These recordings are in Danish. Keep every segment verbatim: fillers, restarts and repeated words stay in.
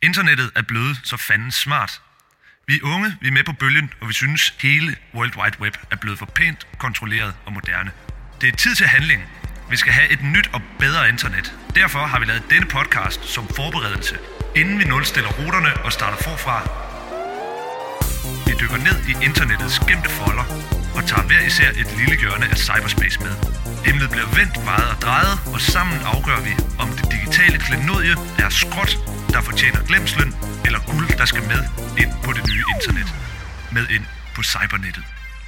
Internettet er blevet så fanden smart. Vi er unge, vi er med på bølgen, og vi synes hele World Wide Web er blevet for pænt, kontrolleret og moderne. Det er tid til handling. Vi skal have et nyt og bedre internet. Derfor har vi lavet denne podcast som forberedelse, inden vi nulstiller ruterne og starter forfra. Vi dykker ned i internettets gemte folder og tager hver især et lille hjørne af cyberspace med. Emnet bliver vendt, vejet og drejet, og sammen afgør vi, om det digitale klenodie er skrot, der fortjener glemslen, eller guld, der skal med ind på det nye internet. Med ind på cybernettet.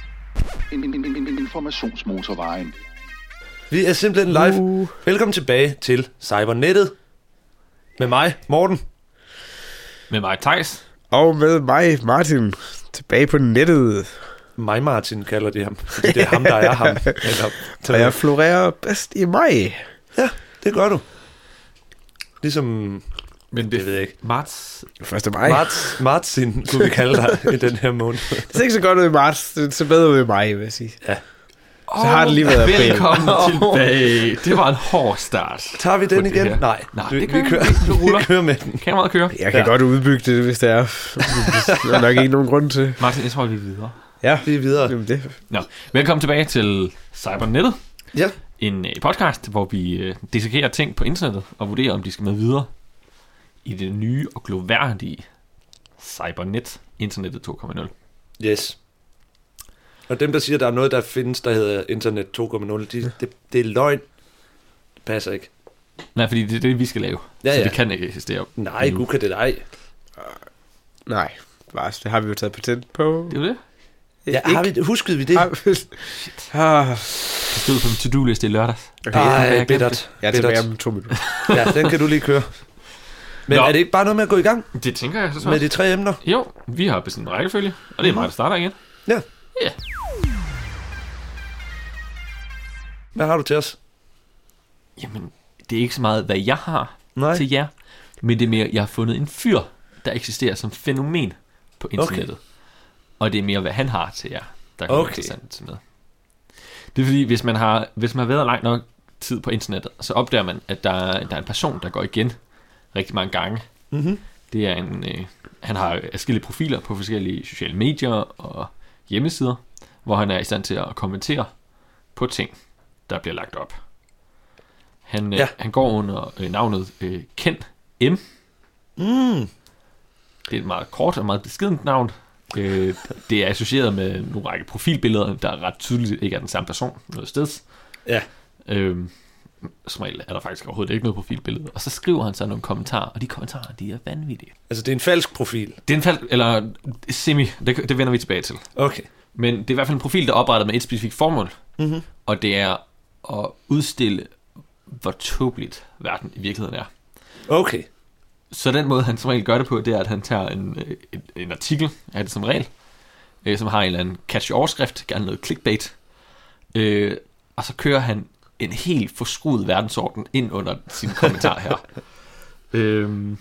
Informationsmotorvejen. Vi er simpelthen live. Uh. Velkommen tilbage til cybernettet. Med mig, Morten. Med mig, Theis. Og med mig, Martin. Tilbage på nettet. Mig, Martin, kalder de ham. Fordi det er ham, der er ham. Eller, og jeg florerer bedst i maj. Ja, det gør du. Ligesom... Men det, det ved jeg ikke. Marts... første maj. Marts, Martin, kunne vi kalde dig i den her måned. Det ser ikke så godt ud i marts. Det ser bedre ud i maj, vil jeg sige. Ja. Så har det lige været april. Velkommen tilbage. Det var en hård start. Tager vi den igen? Nej, Nej du, det vi, kører, vi, vi kører med den. Kameraet kører. Jeg kan ja. godt udbygge det, hvis det er. Der er nok ikke nogen grund til. Martin, jeg tror, vi er videre. Ja, vi er videre. Jamen det. Nå. Velkommen tilbage til Cybernettet. Ja. En uh, podcast, hvor vi uh, dissekerer ting på internettet og vurderer, om de skal med videre i det nye og gloværdige Cybernet, internettet to punkt nul. Yes. Og dem, der siger, at der er noget, der findes, der hedder internet to punkt nul, de, det, det er løgn. Det passer ikke. Nej, fordi det er det, vi skal lave. Ja, så ja. det kan ikke eksistere. Nej, gud kan det ej. Uh, nej, det har vi jo taget patent på. Det er det. Ja, har vi, huskede vi det? Shit. Ah. Det stod på min to-do-liste i lørdags. Okay, Ej, bittert. Jeg er tilbage om to minutter. Ja, den kan du lige køre. Men Nå. Er det ikke bare noget med at gå i gang? Det tænker jeg så. Med de tre emner? Jo, vi har bestemt en rækkefølge, og det er mig, der starter igen. Ja. Ja. Hvad har du til os? Jamen, det er ikke så meget, hvad jeg har Nej. til jer, men det er mere, jeg har fundet en fyr, der eksisterer som fænomen på internettet. Okay. Og det er mere, hvad han har til jer, der kan okay. være interessant til med. Det er fordi, hvis man har, hvis man har været langt nok tid på internettet, så opdager man, at der, der er en person, der går igen rigtig mange gange. Mm-hmm. Det er en, øh, han har forskellige profiler på forskellige sociale medier og hjemmesider, hvor han er i stand til at kommentere på ting, der bliver lagt op. Han, ja. øh, han går under øh, navnet øh, Ken M. Mm. Det er et meget kort og meget beskedent navn. Øh, det er associeret med nogle række profilbilleder, der ret tydeligt ikke er den samme person noget sted. Ja. Øh, som regel er der faktisk overhovedet ikke noget profilbillede. Og så skriver han så nogle kommentarer, og de kommentarer, de er vanvittige. Altså det er en falsk profil? Det er en falsk, eller semi, det, det vender vi tilbage til. Okay. Men det er i hvert fald en profil, der er oprettet med et specifikt formål. Mm-hmm. Og det er at udstille, hvor tåbeligt verden i virkeligheden er. Okay. Så den måde, han som regel gør det på, det er, at han tager en, en, en artikel, er det som regel, øh, som har en eller anden catchy overskrift, gerne noget clickbait, øh, og så kører han en helt forskruet verdensorden ind under sine kommentarer her. øhm,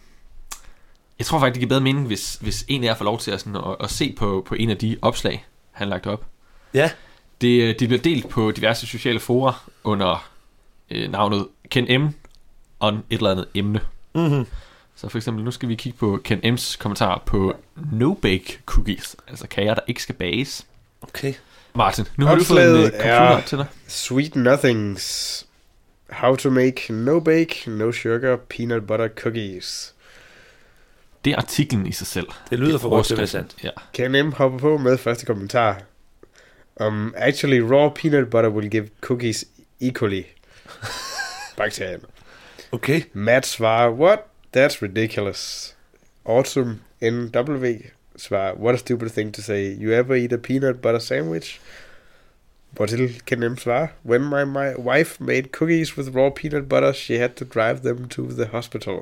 jeg tror faktisk, det giver bedre mening, hvis, hvis en af jer får lov til at, sådan, at, at se på, på en af de opslag, han har lagt op. Ja. Det, de bliver delt på diverse sociale fora under øh, navnet Ken M. on et eller andet emne. Mm-hmm. Så for eksempel, nu skal vi kigge på Ken M's kommentar på no-bake cookies, altså kager, der ikke skal bages. Okay. Martin, nu har du fået en uh, computer til dig. Sweet Nothings. How to make no bake, no sugar, peanut butter cookies. Det er artiklen i sig selv. Det lyder for godt til at være sandt. Ja. Ken M hopper på med første kommentar. Um, actually, raw peanut butter will give cookies equally. Bakterien. Okay. Matt svarer, what? That's ridiculous. Autumn N W svarer, what a stupid thing to say. You ever eat a peanut butter sandwich? Hvortil Ken M svarer, when my, my wife made cookies with raw peanut butter, she had to drive them to the hospital.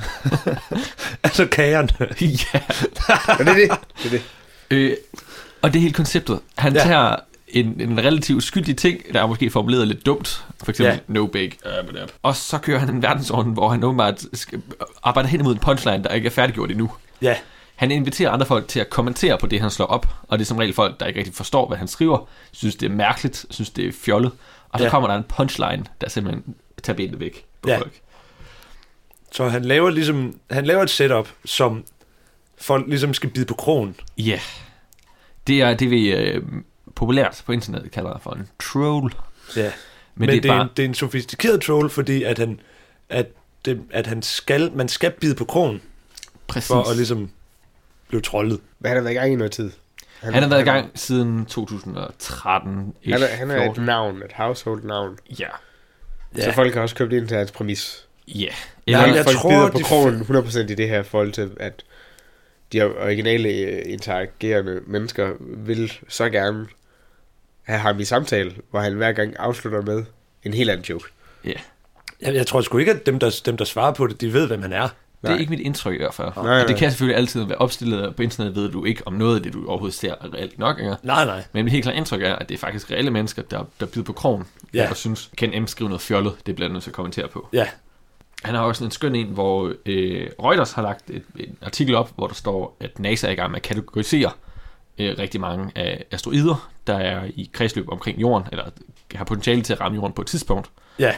Altså kagerne. Ja. Men det er det. det, er det. Øh, og det er hele konceptet. Han ja. tager en, en relativt skyldig ting, der er måske formuleret lidt dumt, for eksempel ja. no bake, uh, og så kører han en verdensorden, hvor han åbenbart arbejder hen imod en punchline, der ikke er færdiggjort endnu. Ja. Han inviterer andre folk til at kommentere på det, han slår op, og det er som regel folk, der ikke rigtig forstår, hvad han skriver, synes det er mærkeligt, synes det er fjollet, og så ja. kommer der en punchline, der simpelthen tager benet væk på ja. folk. Så han laver ligesom, han laver et setup, som folk ligesom skal bide på krogen. Ja. Yeah. Det er det, vi øh, populært på internettet kalder for en troll. Ja. Men, Men, Men det, det, er er bare... en, det er en sofistikeret troll, fordi at han, at det, at han skal, man skal bide på krogen, Præcis. for at ligesom blive trollet. Men han har været i gang i noget tid. Han, han har været i gang siden to tusind og tretten. Han er, han er et navn, et household navn. Ja. Ja. Så folk har også købt ind til hans præmis. Ja. Eller, Folk, jeg folk tror, bider på de- krogen hundrede procent i det her forhold til, at de originale øh, interagerende mennesker vil så gerne have ham i samtale, hvor han hver gang afslutter med en helt anden joke. Ja. Jeg, jeg tror sgu ikke, at dem der, dem, der svarer på det, de ved, hvem han er. Det er ikke mit indtryk i hvert fald. Nej, nej. Og det kan selvfølgelig altid være opstillet. På internet ved du ikke, om noget af det, du overhovedet ser, er reelt nok. Ikke? Nej, nej. Men mit helt klart indtryk er, at det er faktisk reelle mennesker, der, der bider på krogen. Ja. Og synes, Ken M. skriver noget fjollet. Det bliver jeg nødt til at kommentere på. Ja. Han har også en skøn en, hvor øh, Reuters har lagt et, en artikel op, hvor der står, at NASA er i gang med at kategorisere øh, rigtig mange af asteroider, der er i kredsløb omkring jorden, eller har potentiale til at ramme jorden på et tidspunkt. Ja.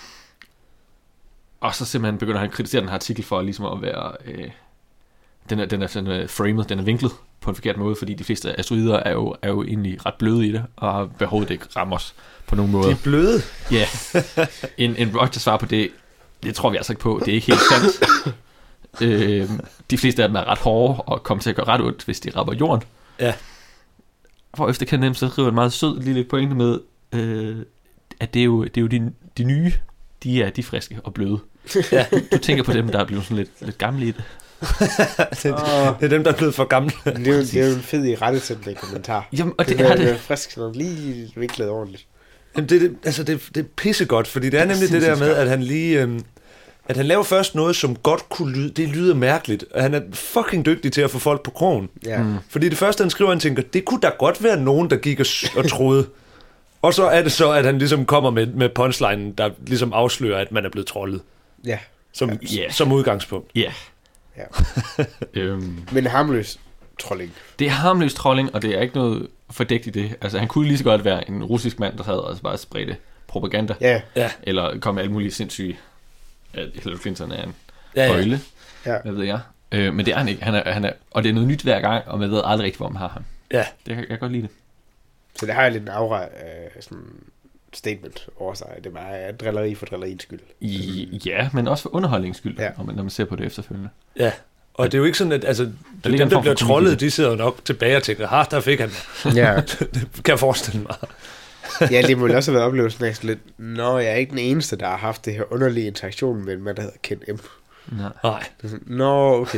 Og så simpelthen begynder han at kritisere den her artikel for ligesom at være... Øh, den, er, den, er, den er framed, den er vinklet på en forkert måde, fordi de fleste asteroider er jo, er jo egentlig ret bløde i det, og har behovet ikke ramme os på nogen måde. De er bløde. Ja, en, en Roger svar på det, det tror vi altså ikke på. Det er ikke helt sandt. øh, de fleste af dem er ret hårde og kommer til at gøre ret ondt, hvis de rammer jorden. Ja. For efter kan nemt så skriver en meget sød lille pointe med, øh, at det er jo, det er jo de, de nye, de er de er friske og bløde. Ja. Du, du tænker på dem, der er blevet sådan lidt, lidt gamle i det. det, oh. det er dem, der er blevet for gamle. Det er jo, det er jo en fed i rettesættende kommentar. Jamen, og det, det, er er, det er det. frisk, sådan lige vinklet ordentligt. Jamen, det, det, altså det, det er pissegodt, fordi det er nemlig det der med, at han lige... Øhm, at han laver først noget, som godt kunne lyde... Det lyder mærkeligt, og han er fucking dygtig til at få folk på krogen. Ja. Mm. Fordi det første, han skriver, han tænker, det kunne da godt være nogen, der gik og, og troede. Og så er det så, at han ligesom kommer med, med punchlinen, der ligesom afslører, at man er blevet trollet. Ja. Som, Yeah. som udgangspunkt. Ja. Ja. øhm, Men harmløs trolling. det er harmløs trolling, og det er ikke noget fordækt i det. Altså, han kunne lige så godt være en russisk mand, der havde og bare spredte propaganda. Ja. Ja. Eller komme med alle mulige sindssyge... At Hillary Clinton er en Ja, ja. øjle. Ja. Hvad ved jeg. Øh, men det er han ikke. Han er, han er, og det er noget nyt hver gang, og man ved aldrig rigtigt, hvor man har ham. Ja. Det kan jeg kan godt lide det. Så det har lidt en aura af sådan statement over sig. Det er bare drilleri for drilleriens skyld. I, ja, men også for underholdningens skyld, Ja. ja. når, man, når man ser på det efterfølgende. Ja. Og det er jo ikke sådan, at altså, ligger dem, en der form for bliver komik i trollet, det. de sidder jo nok tilbage og tænker, ha, der fik han mig. Ja. Det kan jeg forestille mig. Ja, det må også have været oplevelsen af sådan lidt, nå, jeg er ikke den eneste, der har haft det her underlige interaktion med en mand, der hedder Ken M. Nej. Nej. Det er sådan, nå, okay.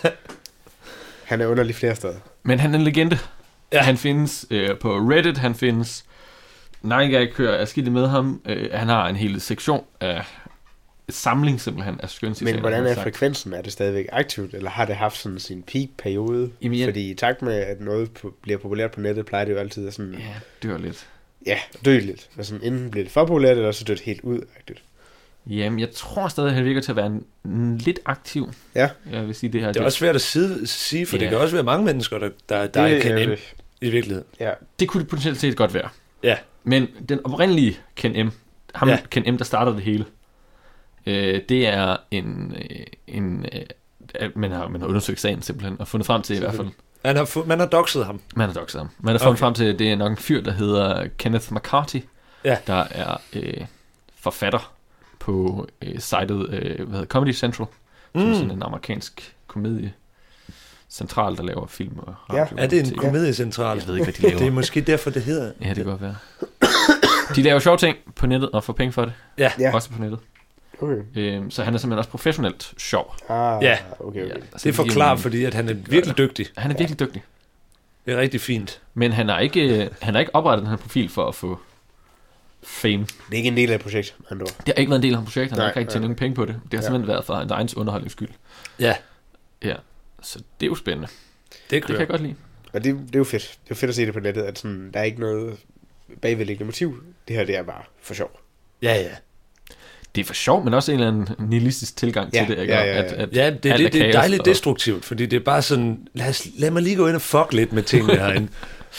Han er underlig flere steder. Men han er en legende. Ja. Ja. Han findes øh, på Reddit, han findes... Nightgag kører adskilligt med ham. Øh, han har en hel sektion af samling simpelthen af skønscitater. Men hvordan han har er sagt. frekvensen? Er det stadigvæk aktivt, eller har det haft sådan sin peak-periode? Jamen, jeg- Fordi i takt med, at noget på, bliver populært på nettet, plejer det jo altid at sådan, Ja, det var lidt. ja, dø lidt. Og sådan, enten bliver det for populært, eller så dør det helt ud. -agtigt. Jamen, jeg tror stadig, at han virker til at være en, en lidt aktiv. Ja. Jeg vil sige det her. Det er også svært at sige, sige for Ja. det kan også være mange mennesker, der, der, der Det er Ken er M det. i virkeligheden. Ja. Det kunne det potentielt set godt være. Ja. Men den oprindelige Ken M, ham Ja. ja. Ken M, der startede det hele, øh, det er en... Øh, en øh, man, har, man har undersøgt sagen simpelthen, og fundet frem til i hvert fald... Han har, fu- man har doxet ham. Man har doxet ham. Man har fundet Okay. okay. frem til, at det er nok en fyr, der hedder Kenneth McCarthy, Ja. der er øh, forfatter på øh, sitet, øh, hvad hedder Comedy Central, mm. som er sådan en amerikansk komedie central, der laver film og radio. Er det en og T V. komediecentral? Jeg ved ikke, hvad de laver. Det er måske derfor, det hedder. Ja, det kan godt være. De laver sjove ting på nettet og får penge for det. Ja. Ja. Også på nettet. Okay. Øhm, så han er simpelthen også professionelt sjov. Ah, Ja. okay, okay. altså, Det forklarer, fordi at han er virkelig dygtig. Han er virkelig dygtig. Det er rigtig fint. Men han har ikke, han har ikke oprettet den her profil for at få fame. Det er ikke en del af et projekt, med andre ord. Det har ikke været en del af hans projekt. Han har Nej, ikke rigtig nej. tjent nogen penge på det. Det har Ja. simpelthen været for hans egen underholdnings skyld. Ja, Ja. Så det er jo spændende. det Det kører. kan jeg godt lide. Og det, det er jo fedt. Det er jo fedt at se det på nettet, at sådan, der er ikke noget bagvedliggende motiv. Det her, det er bare for sjov. Ja, ja. Det er for sjov, men også en eller anden nihilistisk tilgang Ja, til det. Ikke? ja, ja, ja. At, at Ja, det, det, alt er det, det er kaos, dejligt og- destruktivt, fordi det er bare sådan, lad, os, lad mig lige gå ind og fuck lidt med tingene herinde.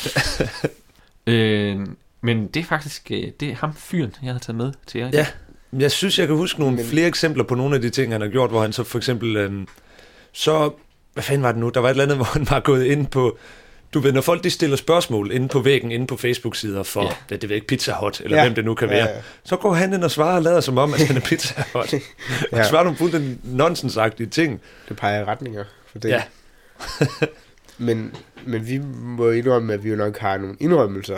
Øh, men det er faktisk øh, det er ham fyren, jeg har taget med til jer. Ja. Jeg synes, jeg kan huske nogle Men- flere eksempler på nogle af de ting, han har gjort, hvor han så for eksempel... Øhm, så... Hvad fanden var det nu? Der var et eller andet, hvor han var gået ind på... Du ved, når folk de stiller spørgsmål inde på væggen, inde på Facebook-sider for, Ja. ja. det ved ikke, Pizza Hut, eller Ja. hvem det nu kan Ja, være, ja. så går han ind og svarer og lader som om, at han er Pizza Hut. Ja. Han svarer nogle fuldstændig nonsensagtige ting. Det peger i retninger for det. Ja. men, men vi må indrømme, at vi jo nok har nogle indrømmelser.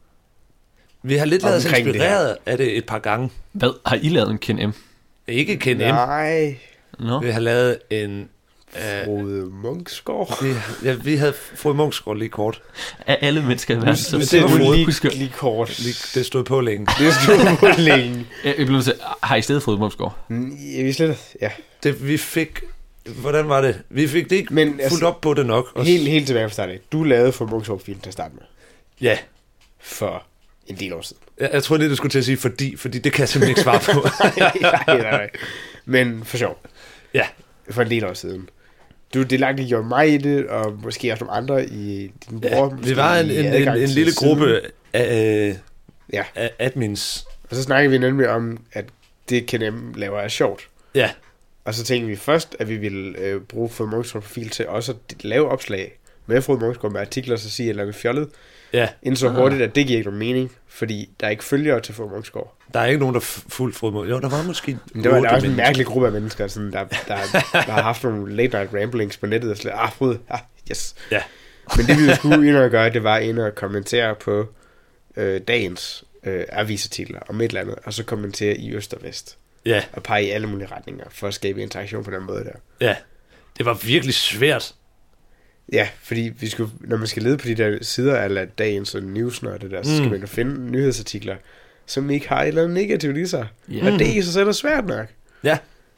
Vi har lidt lavet os Omkring det inspireret af det et par gange. Hvad? Har I lavet en Ken M? Ikke Ken M. Nej, Nå? Vi har lavet en... Øh, Frode Munksgaard. vi, ja, vi havde Frode Munksgaard lige kort. Af alle mennesker i verden, så det det var var Frode. lige, husker. lige kort. Lige, det stod på længe. Det stod på længe. Jeg blev nødt til, har I stedet fået Momsgaard? Mm, Ja, vi slet, ja. Det, vi fik... Hvordan var det? Vi fik det ikke Men fuldt altså, op på det nok. Og, Helt, helt tilbage fra starten af. Du lavede for Munksgaard-film til at starte med. ja, For en del år siden. jeg, jeg tror lige, du skulle til at sige fordi, fordi det kan jeg simpelthen ikke svare på. nej, nej, nej. Men for sjov. Ja. For en del år siden. Du delagtig gjorde mig i det, og måske også nogle andre i din bror. Ja, måske vi var en, i en, en, adgang en til lille siden. gruppe af, Ja. af admins. Og så snakkede vi nemlig om, at det Ken M laver er sjovt. Ja, Og så tænkte vi først, at vi ville øh, bruge Frode Munksgaard profil til også at lave opslag med Frode Munksgaard med artikler, så sige et eller andet fjollet. ja. Inden så Ah. hurtigt, at det giver ikke nogen mening, fordi der er ikke følgere til Frode Munksgaard. Der er ikke nogen, der f- fuldt Frode Munksgaard. Jo, der var måske Men det var, der otte er også en mennesker. mærkelig gruppe af mennesker, sådan, der, der, der har haft nogle late night ramblings på nettet, og slet, ah, Frode, ah, yes. Ja. Men det vi jo skulle ind og gøre, det var ind og kommentere på øh, dagens øh, avisartikler om et eller andet, og så kommentere i øst og vest, Ja, og pege i alle mulige retninger, for at skabe interaktion på den måde der. ja. Det var virkelig svært. Ja, fordi vi skulle, når man skal lede på de der sider af dagens og news og det der, så skal Mm. man jo finde nyhedsartikler, som ikke har et eller andet negativt i sig. Ja. Og det i sig selv er svært nok. Ja.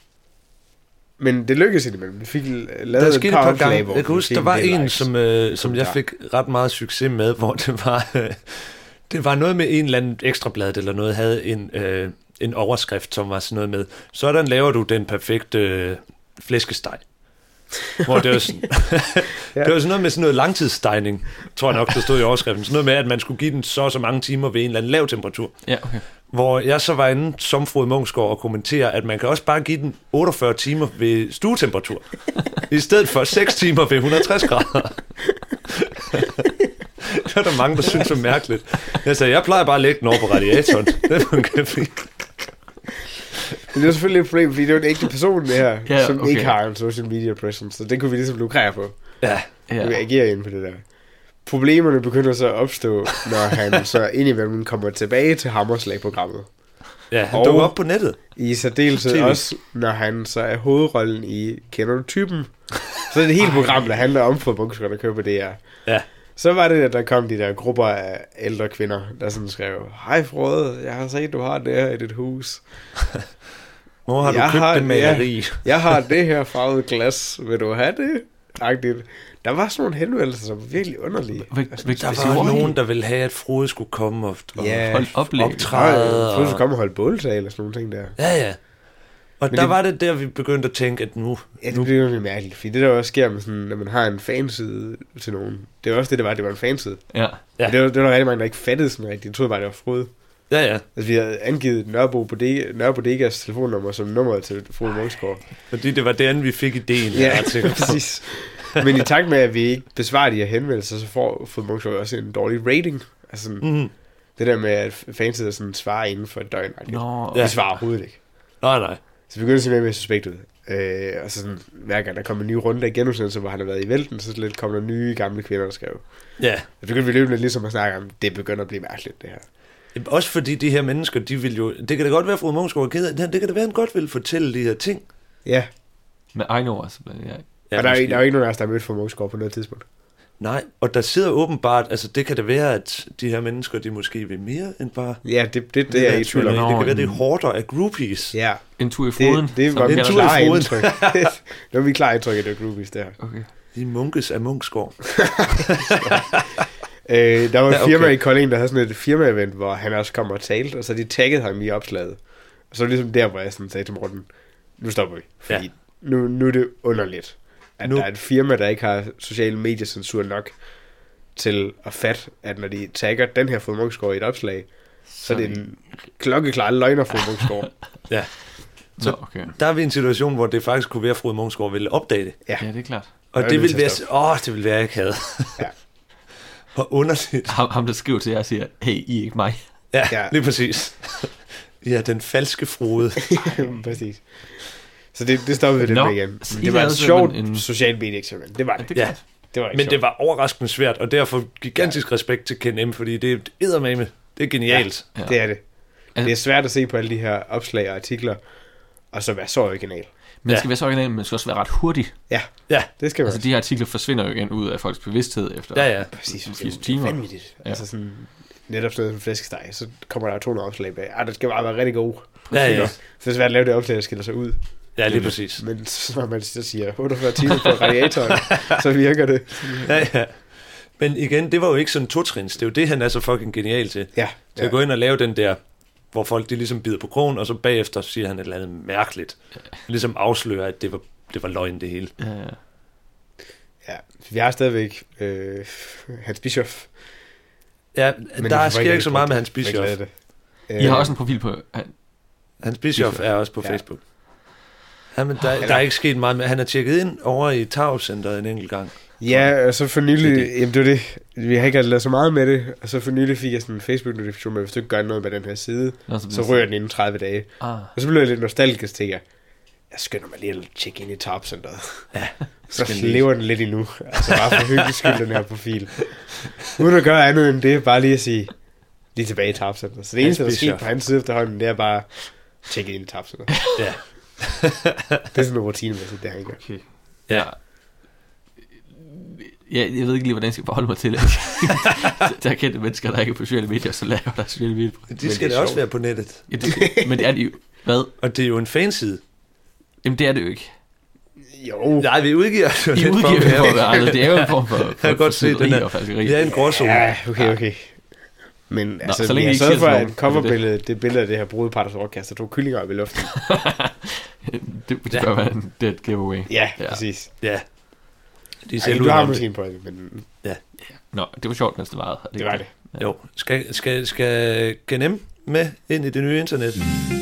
Men det lykkedes indimellem. Vi fik Der lavet et skete par et par opslag, gange. hvor Jeg kan vi huske, fik der var del en, likes. som, øh, som jeg Kommentarer. fik ret meget succes med, hvor det var, øh, det var noget med en eller anden ekstrablad eller noget, havde en, øh, en overskrift, som var sådan noget med, sådan laver du den perfekte øh, flæskesteg. Hvor det var, sådan, Ja. det var sådan noget med sådan noget langtidsstejning, tror jeg nok, der stod i overskriften. Sådan noget med, at man skulle give den så og så mange timer ved en eller anden lav temperatur. Ja, okay. Hvor jeg så var inde som Frode Munksgaard og kommentere, at man kan også bare give den otteogfyrre timer ved stuetemperatur, i stedet for seks timer ved et hundrede og tres grader. Det var der mange, der synes var mærkeligt. Jeg sagde, jeg plejer bare at lægge den over på radiatoren. Det fungerer fint. Men det er selvfølgelig et problem, fordi det er jo en ægte person, det her, Ja, som okay. ikke har en social media presence, så det kunne vi ligesom lukrere på. Ja, Ja. Vi Ja. agerer ind på det der. Problemerne begynder så at opstå, når han så indimellem kommer tilbage til Hammerslag-programmet. ja han Og- dukker op på nettet. I særdeleshed T V. også, når han så er hovedrollen i Kender du typen? Så er det hele program, der handler om Frode Munksgaard, der kører på det her. Ja. Så var det, at der kom de der grupper af ældre kvinder, der sådan skrev, hej Frode, jeg har set, du har det her i dit hus. Hvor har du Jeg købt har- den maleri? Jeg har det her farvede glas, vil du have det? Agtigt. Der var sådan nogle henvendelser, som var virkelig underlige. Vil- Altså, vil- Der Altså, var hvor- nogen, der ville have, at Frode skulle komme og, og Ja. Hold oplæg. optræde. Frode skulle Og, komme og holde båltag eller sådan nogle ting der. ja, ja. Og Men der det- var det der, vi begyndte at tænke, at nu... Ja, det nu bliver jo lidt mærkeligt, fordi det der også sker med sådan, når man har en fanside til nogen, det er også det, det var, det var en fanside. Ja. Ja. Ja. Det var, det var der rigtig mange, der ikke fattede sådan rigtigt. Jeg troede bare, det var Frode. ja, ja. Altså, vi havde angivet Nørrebro Bodega, Nørre Bodegas telefonnummer som nummeret til Frode Munksgaard. Fordi det var den, vi fik ideen. Ja, artiklen. præcis. Men i takt med, at vi ikke besvarer de her henvendelser, så får Frode Munksgaard også en dårlig rating. Altså sådan, Mm-hmm. det der med, at fansider sådan svarer inden for et døgn. Nå, Ja. De svarer overhovedet ikke. Nej, nej. Så vi begyndte simpelthen med suspekt ud. Øh, og så sådan, hver gang der kom en ny runde af genudsendelse, hvor han har været i vælten, så lidt kom der nye gamle kvinder, der skrev. Ja. Så begyndte vi løbende ligesom at snakke om, det begynder at blive mærkeligt, det her. Også fordi de her mennesker, de vil jo... Det kan da godt være, at Frode Munksgaard er ked af det. Det kan da være, at han godt vil fortælle de her ting. Ja, med egne ord. Altså, ja. Ja, og der er, måske. der er jo ikke nogen af os, der har mødt for Munksgaard på noget tidspunkt. Nej, og der sidder åbenbart... Altså, det kan da være, at de her mennesker, de måske vil mere end bare... Ja, det, det, det er jeg i tvivl om. Nå, Det kan være, det er en- hårder af groupies. Ja, En tur i foden. det, det som var vi mit en kalder tur i det. klare foden. indtryk. Det var mit klare indtryk, at det var groupies, det her. Okay. De munkes af Munksgaard. Øh, der var et Ja, firma okay. i Kolding, der havde sådan et firma-event, hvor han også kom og talte, og så de taggede ham i opslaget. Og så var det ligesom der, hvor jeg sådan sagde til Morten, nu stopper vi, fordi Ja. nu, nu er det underligt, at Nu- nu. der er et firma, der ikke har social mediecensur nok til at fatte, at når de tagger den her Frode Munksgaard i et opslag, så er det en klokkeklar løgner, Frode Munchsgaard. Ja. Så, Nå, okay. Der er vi i en situation, hvor det faktisk kunne være, at Frode Munchsgaard ville opdage det. Ja. Ja, det er klart. Og Jeg det er ville nødt være, til at åh, det ville være, jeg ikke havde. Ja. Og underligt. Ham, ham der skriver til jer og siger, hey, I er ikke mig. Ja, Ja. lige præcis. Ja, den falske Frode. Præcis. Så det, det stoppede vi lidt Nå, med igen. så Men I det var lavede et sjovt simpelthen en- social medie eksperiment. Det var det. Det er Ja. klart. Det var ikke Men sjovt. det var overraskende svært, og derfor gigantisk respekt til Ken M, fordi det er eddermame. Det er genialt. Ja. Det er det. Altså- Det er svært at se på alle de her opslag og artikler, og så være så original. Man Ja. skal være så original, men man skal også være ret hurtig. Ja, Ja, det skal man. Altså, de her artikler forsvinder jo igen ud af folks bevidsthed efter ja, ja. Præcis, de det er fleste timer. vanvittigt. Ja. Altså sådan, netop sådan noget som flæskesteg, så kommer der to hundrede opslag bag. Ah, det skal bare være rigtig god. Ja, ja. Så det er svært at lave det opslag, der skiller sig ud. Ja, lige præcis. Men så når man så siger otteogfyrre timer på radiatoren, så virker det. Ja, ja. Men igen, det var jo ikke sådan to-trins. Det er jo det, han er så fucking genial til. Ja, Til at gå ind og lave den der, hvor folk de ligesom bider på krogen, og så bagefter siger han et eller andet mærkeligt. Ligesom afslører, at det var, det var løgn det hele. Ja, ja. Vi har stadigvæk øh, Hans Bischoff. Ja, Men der det får sker ikke så rigtig meget med brugt. Hans Bischoff. Ikke det. I har Øh, også en profil på... Hans Bischoff er også på Ja. Facebook. Ja, men der, der er ikke sket meget med. Han er tjekket ind over i Tav-centeret en enkelt gang. Ja, og så for nylig, Det er jamen det var det, vi har ikke lavet så meget med det, og så for nylig fik jeg sådan en Facebook-notifikation med, hvis du ikke gør noget med den her side, så ryger den inden tredive dage. Ah, Og så blev jeg lidt nostalgisk, tænker jeg, jeg skynder mig lige at tjekke ind i Tarp-centeret. Ja, Så skal lige. lever den lidt endnu, altså bare for hyggelig skyld, den her profil. Uden at gøre andet end det, bare lige at sige, lige tilbage i Tarp-centeret. Så det eneste, der er sket Bischoff. på hans side efterhånden, det er bare, tjekke ind i Tarp-centeret. Ja. Det er sådan en rutinemæssigt, det han gør. okay. Ja. Ja, jeg ved ikke lige, hvordan jeg skal forholde mig til det. Der er kendte mennesker, der ikke er på sociale medier, så laver der sociale medier. De skal det er da også sjovt. være på nettet. Ja, det, men det er det jo. Hvad? Og det er jo en fanside. Jamen, det er det jo ikke. Jo, Nej, vi udgiver os jo I lidt for udgiver at det for at være. være andet. Det er jo en form for, for, Jeg kan godt se, snyderi den er- og falskeri. Vi er i en gråzone. ja, okay, okay. Men Nå, altså, så længe vi I har ikke sørget for, siger at sådan coverbillede, det billede af det her brudepar, der så kaster to kyllinger op i luften. det, det Ja. bør være en dead giveaway. Ja, Ja. præcis. Ja. De er Ej, selv du har udenom måske det. en pointe, men Nå, det var sjovt, mens det varede. det var det. Jo. Skal, skal, skal Ken M med ind i det nye internet?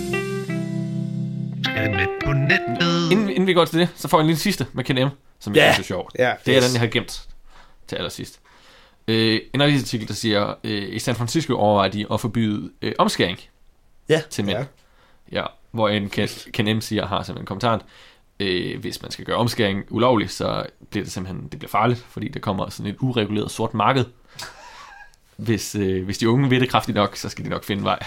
Skal med på nettet. Inden, inden vi går til det, så får jeg en lille sidste med Ken M, som jeg Ja. synes er sjovt. Ja, Det er yes. den, jeg har gemt til allersidst. Øh, en avisartikel, der siger, øh, i San Francisco overvejer de at forbyde øh, omskæring Ja. til mænd. Ja. Ja, hvor en Ken, Ken M siger, har simpelthen kommentaren, øh, hvis man skal gøre omskæring ulovligt, så bliver det simpelthen det bliver farligt, fordi der kommer sådan et ureguleret sort marked. Hvis, øh, hvis de unge ved det kraftigt nok, så skal de nok finde en vej.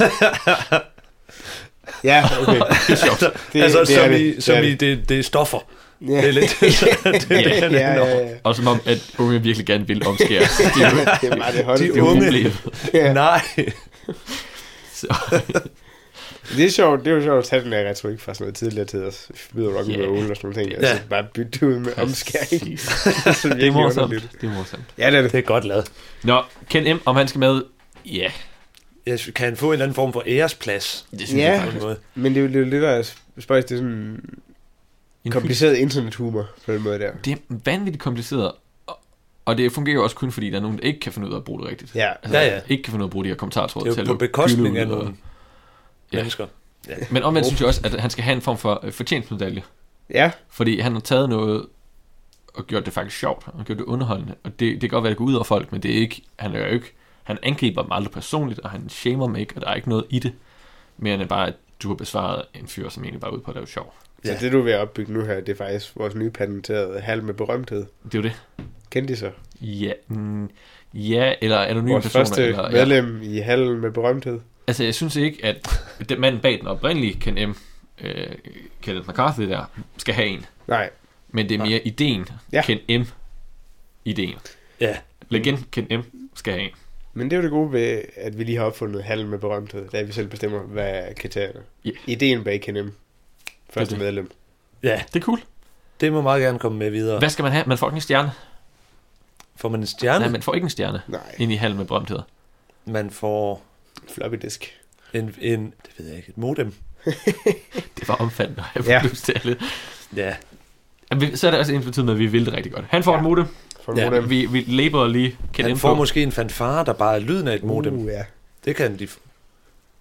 Ja, okay. Det er sjovt. Det, altså, det som, er det. i, Det som er i, det. det, det er stoffer. Ja. Det er lidt det, er det, Ja, han ja, ender over. ja, ja. Og som om, at unge virkelig gerne vil omskæres. Det er jo, Det er bare det holde. De det er jo unge. problemet. Ja. Nej. Så, Det er sjovt, det er jo sjovt at tage den her retorik fra sådan noget tidligere tid, og forbyde rock and Ja. roll og sådan nogle ting. Ja. Altså bare bytte det ud med omskæring. Præcis. Det er sådan Det er virkelig morsomt. underligt. Det er morsomt. Ja, det er det. Det er godt lavet. Nå, Ken M, om han skal med? Ja, Jeg synes, kan han få en eller anden form for æresplads? det synes Ja. jeg På faktisk. en måde. Men det er jo det er jo lidt af spøjs, det er sådan En kompliceret internethumor på den måde der. Det er vanvittigt kompliceret, og- og det fungerer jo også kun fordi, der er nogen, der ikke kan finde ud af at bruge det rigtigt. Ja. Altså, Ja, ja. ikke kan finde ud af at bruge de her kommentartråd Det er til jo at på lukke bekostning gylde af ud og- nogle Ja. mennesker. Ja. Men omvendt synes jeg også, at han skal have en form for øh, fortjentmedalje, Ja, fordi han har taget noget og gjort det faktisk sjovt, og gjort det underholdende, og det, det kan godt være, at det går ud over folk, men det er ikke, han er jo ikke, han angriber dem aldrig personligt, og han shamer dem ikke, og der er ikke noget i det, mere end bare, at du har besvaret en fyr, som egentlig bare er ude på at lave sjov. så Ja. det du er ved at opbygge nu her, det er faktisk vores nye patenterede halv med berømthed. Det er jo det. Kendte de så? Ja, mm, ja eller anonyme Vores personer. første eller, ja. medlem i halv med berømthed. Altså, jeg synes ikke, at den manden bag den oprindelige Ken M, øh, Kenneth McCarthy der, skal have en. Nej, Men det er mere ideen. Ja. Ken M. Ideen. Ja. Legend Ken M skal have en. men det er jo det gode ved, at vi lige har opfundet halv med berømthed, da vi selv bestemmer, hvad er kriterierne. Ja. Ideen bag Ken M. Første det. medlem. Ja, Det er cool. det må meget gerne komme med videre. Hvad skal man have? Man får ikke en stjerne. Får man en stjerne? Nej, man får ikke en stjerne Nej, ind i halv med berømtheder. Man får floppy disk. en, en, det ved jeg ikke, et modem. Det var omfattende. Jeg Ja. får lyst til alle. Ja, Jamen, så er det også ens med, at vi vil det rigtig godt. Han får Ja. et modem. For Ja, ja, modem. Vi, vi labeler lige Ken han M får på. måske en fanfare, der bare er lyden af et modem. Uh, ja. Det kan de.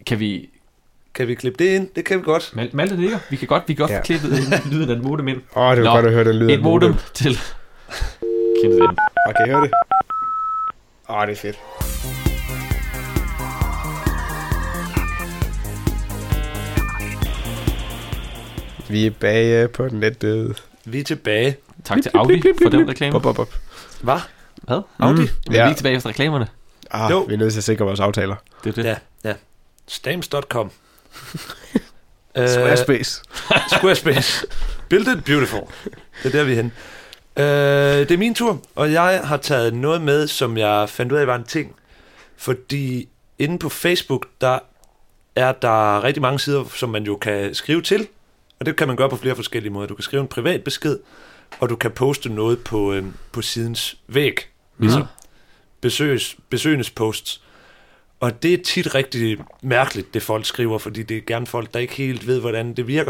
Kan vi... Kan vi klippe det ind? Det kan vi godt. Mal- Malte ligger. Vi kan godt, vi kan godt Ja. ja. klippe lyden af et modem ind. Åh, oh, det var Nå, godt at høre den lyd. af Et modem til... Kende den. Og kan I høre det? Åh, oh, det er fedt. Vi er bage på nettet. Vi er tilbage. Tak til Audi for den reklame. Bop, bop, bop. Hvad? Hvad? Audi? Mm. Vi er Ja. ikke tilbage efter reklamerne. Ah, Jo. vi er nødt til at sikre vores aftaler. Det er det. Ja, ja. Stamps punktum com uh, Squarespace. Squarespace. Build it beautiful. Det er der, vi er henne. Uh, det er min tur, og jeg har taget noget med, som jeg fandt ud af var en ting. Fordi inde på Facebook, der er der rigtig mange sider, som man jo kan skrive til. Og det kan man gøre på flere forskellige måder. Du kan skrive en privat besked, og du kan poste noget på, øh, på sidens væg. Ligesom besøges, besøgendes posts. Og det er tit rigtig mærkeligt, det folk skriver, fordi det er gerne folk, der ikke helt ved, hvordan det virker.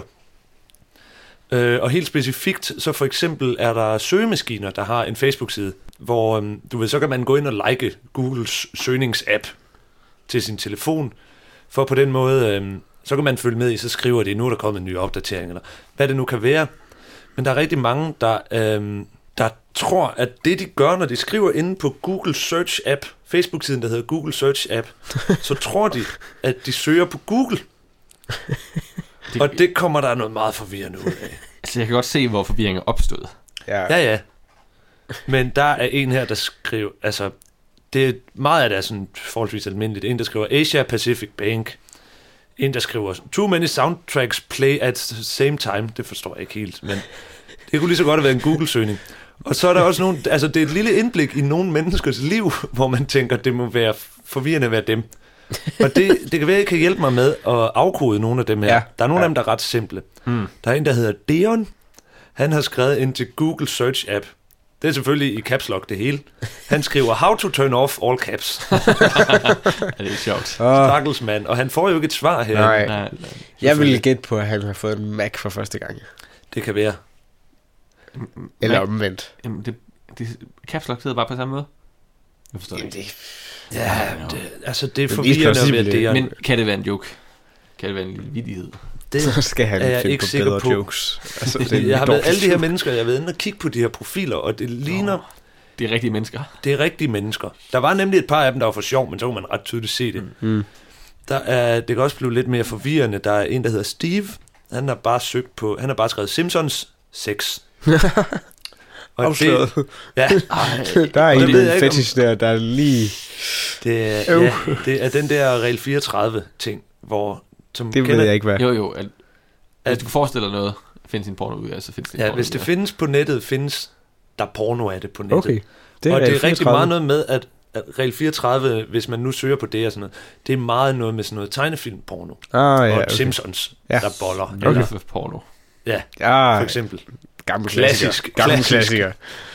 Øh, og helt specifikt, så for eksempel er der søgemaskiner, der har en Facebook-side, hvor øh, du ved, så kan man gå ind og like Googles søgningsapp til sin telefon, for på den måde, øh, så kan man følge med i, så skriver det, nu er der kommet en ny opdatering, eller hvad det nu kan være. Men der er rigtig mange, der, øh, der tror, at det de gør, når de skriver inde på Google Search App, Facebook-siden, der hedder Google Search App, så tror de, at de søger på Google. Det, Og det kommer der noget meget forvirrende ud af. altså, jeg kan godt se, hvor forvirringen er opstået. Ja. Ja, ja. Men der er en her, der skriver, altså, det er meget af det er sådan forholdsvis almindeligt. En, der skriver Asia Pacific Bank. En, der skriver Too many soundtracks play at the same time. Det forstår jeg ikke helt, men det kunne lige så godt have været en Google-søgning. Og så er der også nogle, altså det er et lille indblik i nogle menneskers liv, hvor man tænker, det må være forvirrende at være dem. Og det, det kan være, at I kan hjælpe mig med at afkode nogle af dem her. Ja. Der er nogle Ja. af dem, der er ret simple. Hmm. Der er en, der hedder Deon. Han har skrevet ind til Google Search App. Det er selvfølgelig i caps lock det hele. Han skriver, how to turn off all caps. Ja, det er sjovt. Oh, Stakkels mand. Og han får jo ikke et svar her. nej. Nej, Jeg vil gætte på, at han har fået en Mac for første gang. Det kan være. Eller Mac- omvendt. Jamen, det, det, Caps Lock sidder bare på samme måde. Jeg forstår det Jamen, ikke. det, Ja, det, altså det er Men de forvirrende at plausibelt, være Deon. Men kan det være en joke? Kan det være en lille vittighed? Det, så skal han er jeg finde ikke på sikker bedre på. jokes. Altså, det er jeg har en været dårlig alle de her joke. mennesker, jeg har været inde og kigge på de her profiler, og det ligner, Det er rigtige mennesker. det er rigtige mennesker. Der var nemlig et par af dem, der var for sjov, men så kunne man ret tydeligt se det. Mm. Der er, det kan også blive lidt mere forvirrende. Der er en, der hedder Steve. Han har bare søgt på, han har bare skrevet Simpsons sex. Og Afsløret. ja, Der er Og det en ved jeg ikke, fetish der, der er lige... det er, Øv. ja, det er den der regel fireogtredive ting, hvor som Det ved jeg ikke, hvad. Jo, jo. At, hvis At- du forestiller dig noget, findes en porno ud af, så findes det en Ja, porno hvis ud det af. findes på nettet, findes der porno af det på nettet. Okay. Det og det er rigtig fireogtredive. meget noget med, at, at regel fireogtredive, hvis man nu søger på det og sådan noget, det er meget noget med sådan noget tegnefilm-porno. Ah, Og ja, okay. Simpsons, Ja. der boller. Okay. Eller, For porno. ja, Ja, for eksempel. gammel Klassisk. klassiker. Gammel Klassisk. klassiker.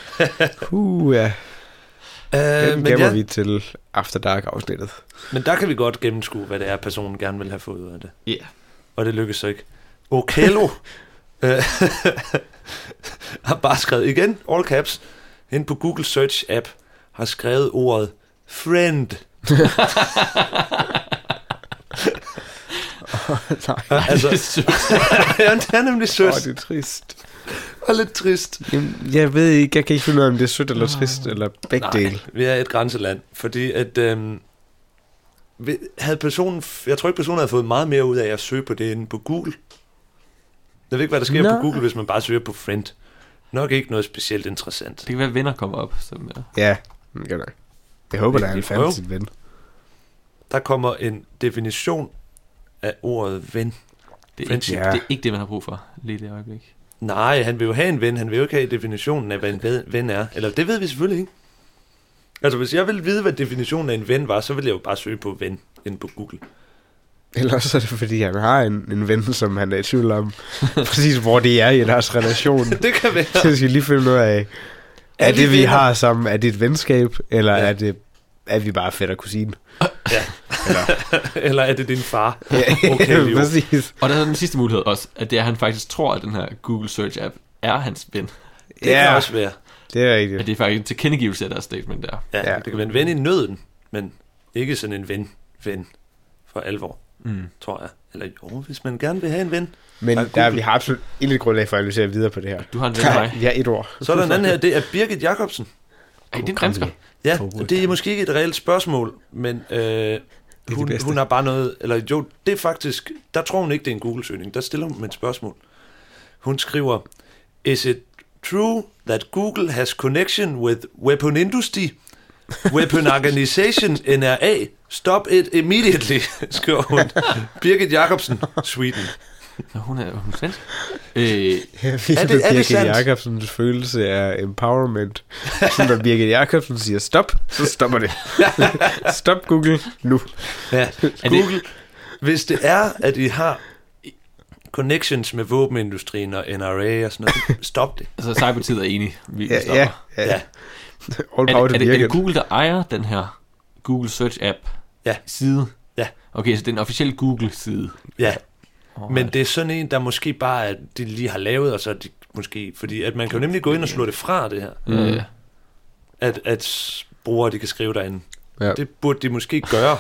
Uh, ja. Øh, Den men, gemmer ja, vi til After Dark-afsnittet. men der kan vi godt gennemskue, hvad det er, personen gerne vil have fået ud af det. Ja. Yeah. Og det lykkes så ikke. Okello øh, har bare skrevet igen, all caps, ind på Google Search App, har skrevet ordet friend. Nej. Altså, ja, det er nemlig sødt. Åh, det er trist. Og lidt trist. Jamen, jeg ved ikke, jeg kan ikke finde ud af, om det er sødt eller trist, eller begge Nej, dele. vi er et grænseland, fordi at øhm, vi- havde personen, jeg tror ikke personen havde fået meget mere ud af at søge på det inde på Google. Jeg ved ikke, hvad der sker Nå. på Google, hvis man bare søger på friend. Nok ikke noget specielt interessant. Det kan være, at venner kommer op. Som, ja. Ja, det kan nok. Jeg håber, Vi- der er vi en prøver. fandt sin ven. Der kommer en definition af ordet ven. Det, er Friendship. ikke, Ja. det er ikke det, man har brug for lige i det øjeblik. Nej, han vil jo have en ven. Han vil jo ikke have definitionen af, hvad en ven- ven er. Eller det ved vi selvfølgelig ikke. Altså, hvis jeg ville vide, hvad definitionen af en ven var, så ville jeg jo bare søge på ven inde på Google. Eller også er det, fordi han har en, en ven, som han er i tvivl om, præcis hvor det er i deres relation. Det kan være. Så skal vi lige finde ud af, er Er vi det, vi venner? har sammen, er det et venskab, eller Ja. er det er vi bare fætter og kusine? Ja. Eller er det din far? Ja, Okay, jo. præcis. Og der er den sidste mulighed også, at det er, at han faktisk tror, at den her Google Search App er hans ven. Det kan Ja. også være. Det er At rigtigt. det er faktisk en tilkendegivelse af deres statement der. Ja, Ja. det kan være en ven i nøden, men ikke sådan en ven, ven for alvor. Mm. tror jeg. Eller jo, hvis man gerne vil have en ven. Men Ja, der, Google. vi har absolut intet grundlag for at analysere videre på det her. Du har en ven af mig. Vi har et ord. Så er der en anden her, det er Birgit Jacobsen. Ej, det er en dansker. Ja, Forward. det er måske ikke et reelt spørgsmål, men øh, det hun, bedste. hun har bare noget, eller jo, det er faktisk, der tror hun ikke, det er en Google-søgning, der stiller hun med et spørgsmål. Hun skriver, is it true that Google has connection with weapon industry, weapon organization, N R A, stop it immediately, skriver hun. Birgit Jacobsen, Sweden. Nå, hun er, hun er svensk. Øh, Jeg Er er det- det, er det Birgit sandt? Jacobsens følelse af empowerment. Så når Birgit Jacobsen siger stop, så stopper det. Stop Google nu. Ja, det- Google, hvis det er, at I har connections med våbenindustrien og N R A og sådan noget, stop det. altså, Cybertid er enig. Vi Ja, stopper. ja, ja. Ja. All Er, power det, to er, det, er Birgit. det Google, der ejer den her Google Search App Ja. side? Ja. Okay, så det er en officiel Google-side. Ja, Oh, men det er sådan en, der måske bare, at de lige har lavet, og så er de måske, fordi at man kan jo nemlig gå ind og slå det fra, det her, Mm. at, at brugere, de kan skrive derinde. Ja. Det burde de måske gøre.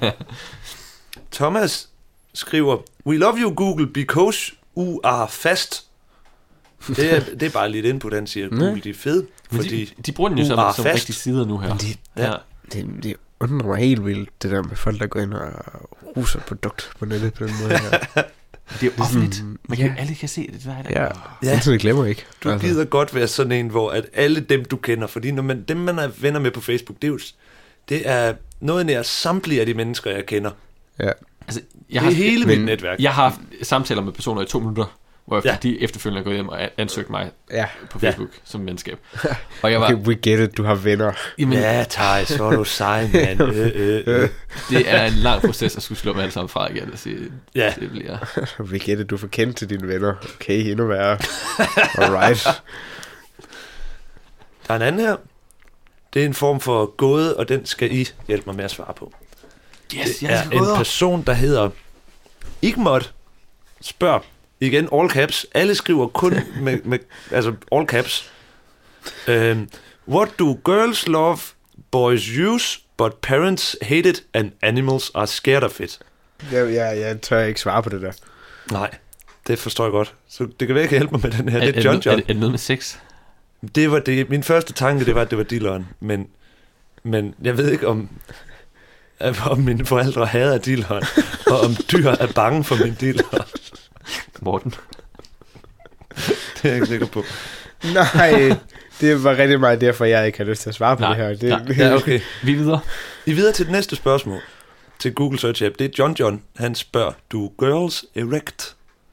Thomas skriver, we love you Google, because you are fast. Det er, det er bare lidt input, han siger, Google, de er fede, Men fordi... de, de bruger den jo U som, R som fast. rigtige sider nu her. Men de- ja. Det, det undrer mig helt vildt, det der med folk, der går ind og ruser produkt på nettet på den måde her. Det er jo offentligt. sådan- Man kan, ja. alle kan se det. det er der. Ja, Ja. internet glemmer ikke. Du altså. gider godt være sådan en, hvor at alle dem, du kender, fordi når man, dem, man er venner med på Facebook, det er jo det er noget nær samtlige af de mennesker, jeg kender. Ja. Altså, jeg Jeg har, det er hele men- mit netværk. jeg har haft samtaler med personer i to minutter, hvor Ja. ja. de efterfølgende er gået hjem og a- ansøgt mig Ja, på Ja. Facebook som venskab. Og jeg var, okay, we get it, du har venner. jamen, Ja, Thijs, hvor er du sej, mand. Øh, øh, øh. det er en lang proces at skulle slå dem alle sammen fra igen og sige, Ja. det bliver... We get it, du får kendt til dine venner. Okay, endnu værre. Alright. Der er en anden her. Det er en form for gåde, og den skal I hjælpe mig med at svare på. Yes, Det er en person, der hedder Igmod. Spørg. Igen, all caps. Alle skriver kun med, med altså all caps. Um, what do girls love, boys use, but parents hate it, and animals are scared of it? Jeg, jeg, jeg tør ikke svare på det der. Nej, det forstår jeg godt. Så det kan være, jeg kan hjælpe mig med den her. Er, Det er er, John det- er, John. det- er det noget med sex? Det var det. Min første tanke, det var, at det var dealeren. Men, men jeg ved ikke, om, om mine forældre hader dealeren, og om dyr er bange for min dealer. Morten? Det er jeg ikke sikker på. Nej, det var rigtig meget derfor, jeg ikke har lyst til at svare på Nej, det her. Det, nej. Ja, okay. Vi er videre. I videre til det næste spørgsmål. Til Google Search App. Det er John John. Han spørger, do girls erect?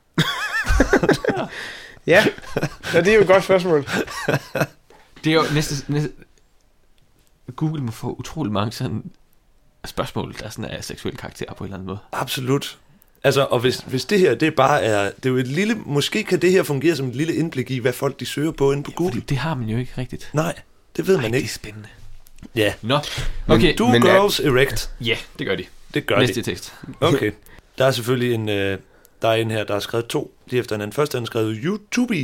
ja, ja, det er jo et godt spørgsmål. Det er jo næste, næste... Google må få utrolig mange sådan spørgsmål, der sådan er seksuel karakter på en eller anden måde. Absolut. Altså, og hvis, hvis det her, det bare er, det er jo et lille, måske kan det her fungere som et lille indblik i, hvad folk de søger på inde på Google. Fordi det har man jo ikke rigtigt. Nej, det ved Ej, man det ikke. er spændende. Ja. Nå, okay. Do Men er- girls erect? Ja, det gør de. Det gør Næste de. tekst. Okay. Der er selvfølgelig en, øh, der er en her, der har skrevet to, lige efter hinanden. Først har han skrevet YouTube.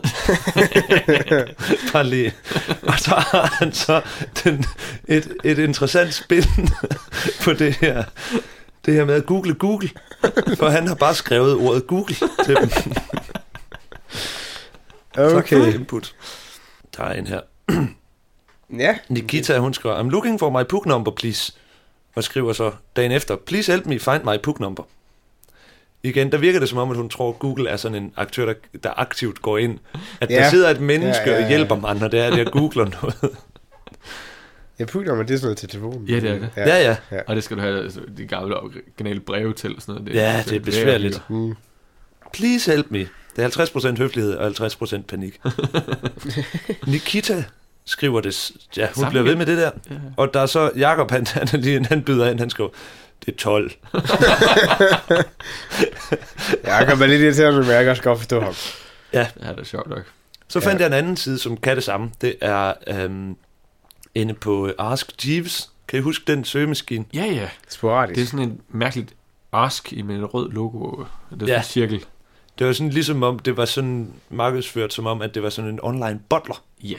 Bare lige. Og så har han så den, et, et interessant spin på det her. Det her med at google Google. For han har bare skrevet ordet Google til dem. Tak for Okay. input. Der er en her. Ja, Nikita, hun skriver, I'm looking for my P U C number, please. Og skriver så dagen efter, please help me find my P U C number. Igen, der virker det som om, at hun tror, at Google er sådan en aktør, der, der aktivt går ind. At Ja. der sidder et menneske Ja, ja, ja. og hjælper mig, når det er, at jeg googler noget. jeg putter mig, det er sådan noget til telefonen. Ja, det er det. Ja, ja. Ja. Og det skal du have altså, de gamle originale breve til og sådan noget. Ja, det er besværligt. Mm. Please help me. Det er halvtreds procent høflighed og halvtreds procent panik. Nikita skriver det. Ja, hun Samme bliver ved igen. med det der. Ja. Og der er så Jakob, han, han, er lige, han byder ind, han skriver, det er tolv. Jeg kan være lidt irriterende, men jeg kan også godt forstå ham. Ja, det er sjovt nok. Så fandt Ja. jeg en anden side, som kan det samme. Det er øhm, inde på Ask Jeeves. Kan I huske den søgemaskine? Ja, ja. Sporadisk. Det er sådan en mærkeligt ask i med en rød logo. Det er sådan Ja. en cirkel. Det var sådan ligesom om, det var sådan markedsført som om, at det var sådan en online butler, Ja.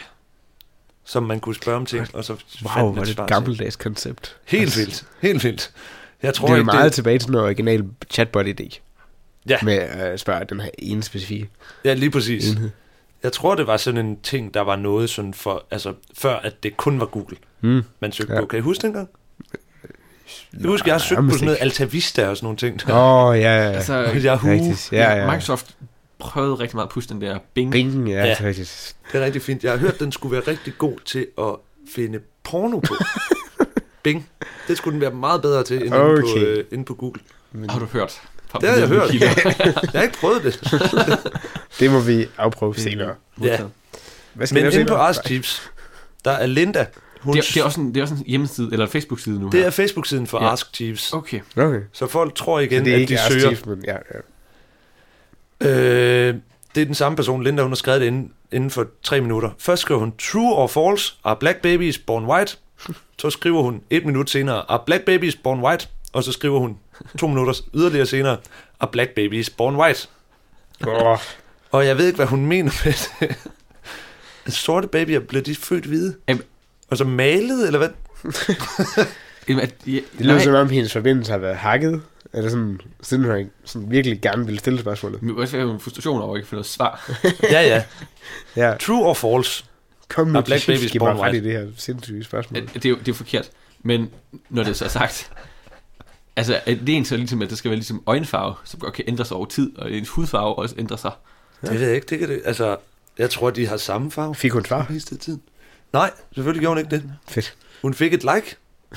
som man kunne spørge om ting, og så Wow, fandt hvor man er det svar et til. gammeldags koncept. Helt vildt, helt vildt. Jeg tror det er jo ikke, meget det... tilbage til den originale chatbot-idé. Ja. Med at uh, spørge den her ene specifikke Ja, lige præcis. enhed. Jeg tror, det var sådan en ting, der var noget sådan for, altså før, at det kun var Google, Mm. man søgte Ja. på. Kan I huske dengang? Jeg husker, jeg har søgt på sådan noget Alta Vista og sådan nogle ting. Åh, oh, ja, ja, ja. Altså, Yahoo. Rigtigt. Ja, ja. Microsoft prøvede rigtig meget at pushe den der Bing. Bing, ja, Ja. det er rigtigt. Det er rigtig fint. Jeg har hørt, den skulle være rigtig god til at finde porno på. Bing. Det skulle den være meget bedre til, end okay. inde, på, øh, inde på Google. Har du hørt? Det har jeg hørt. Jeg har ikke prøvet det. Det må vi afprøve senere. Ja. Hvad skal Men vi lave inde på senere? Ask Jeeves, der er Linda. Hun, Det er, det, er også en, det er også en hjemmeside, eller en Facebook-side nu det her. er Facebook-siden for Ja. Ask Jeeves. Okay. Okay. Så folk tror igen, Så det er at ikke de Ask søger. Jeeves, men ja, ja. Øh, det er den samme person, Linda, hun har skrevet det inden, inden for tre minutter. Først skriver hun, true or false, are black babies born white? Så skriver hun et minut senere, are black babies born white? Og så skriver hun to minutter yderligere senere, are black babies born white? Oh, Og jeg ved ikke, hvad hun mener med det. Sorte babyer, bliver de født hvide? Jamen- Og så malet, eller hvad? Jamen, at, ja, det lyder som om, hendes forbindelse har været hacket. Eller sådan, siden hun ikke sådan virkelig gerne ville stille spørgsmålet. Men også være en frustration over at ikke få noget svar. Ja, ja. Ja, True or false? kom nu Are black til babies giv born mig ret i white? det her sindssyge spørgsmål. At, det, er jo, det er jo forkert. Men når det så er sagt, altså at det er en så ligesom, at det skal være ligesom øjenfarve, som godt kan ændre sig over tid, og ens hudfarve også ændrer sig. Det ved jeg ikke. Det kan det. Altså, jeg tror, de har samme farve. Fik hun svar? Mest af tiden. Nej, selvfølgelig gjorde hun ikke det. Fedt. Hun fik et like.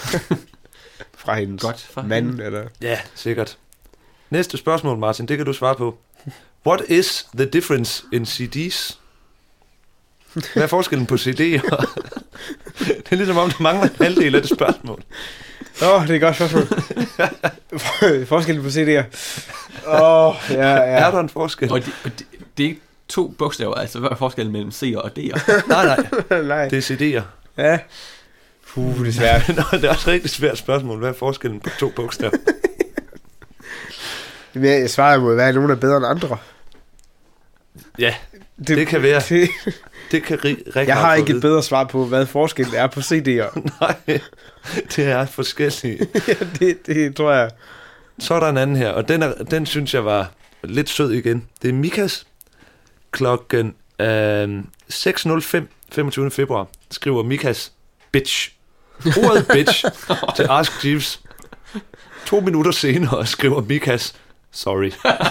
Fra hendes Godt for mand, hende. eller... Ja, sikkert. Næste spørgsmål, Martin, det kan du svare på. What is the difference in C Ds? Hvad er forskellen på C D'er? Det er ligesom om, der mangler en halvdel af det spørgsmål. Åh, oh, det er et godt spørgsmål. Forskellen på C D'er. Åh, oh, ja, ja. Er der en forskel? Og, det, og det, det er ikke to bogstaver, altså hvad er forskellen mellem C'er og D'er? Nej, nej, Nej. det er C D'er. Ja. Puh, det er svært. Nå, det er også et rigtig svært spørgsmål. Hvad er forskellen på to bogstaver? Men jeg svarer mod, hvad er nogen er bedre end andre? Ja, det kan være. Det, det kan ri- rigtig jeg har ikke et bedre svar på, hvad forskellen er på C D'er. Nej, det er forskellige. Ja, det, det tror jeg. Så er der en anden her, og den, er, den synes jeg var lidt sød igen. Det er Mikas. Klokken øh, seks nul fem, femogtyvende februar, skriver Mikas bitch. Ordet bitch til Ask Jeeves. To minutter senere skriver Mikas sorry.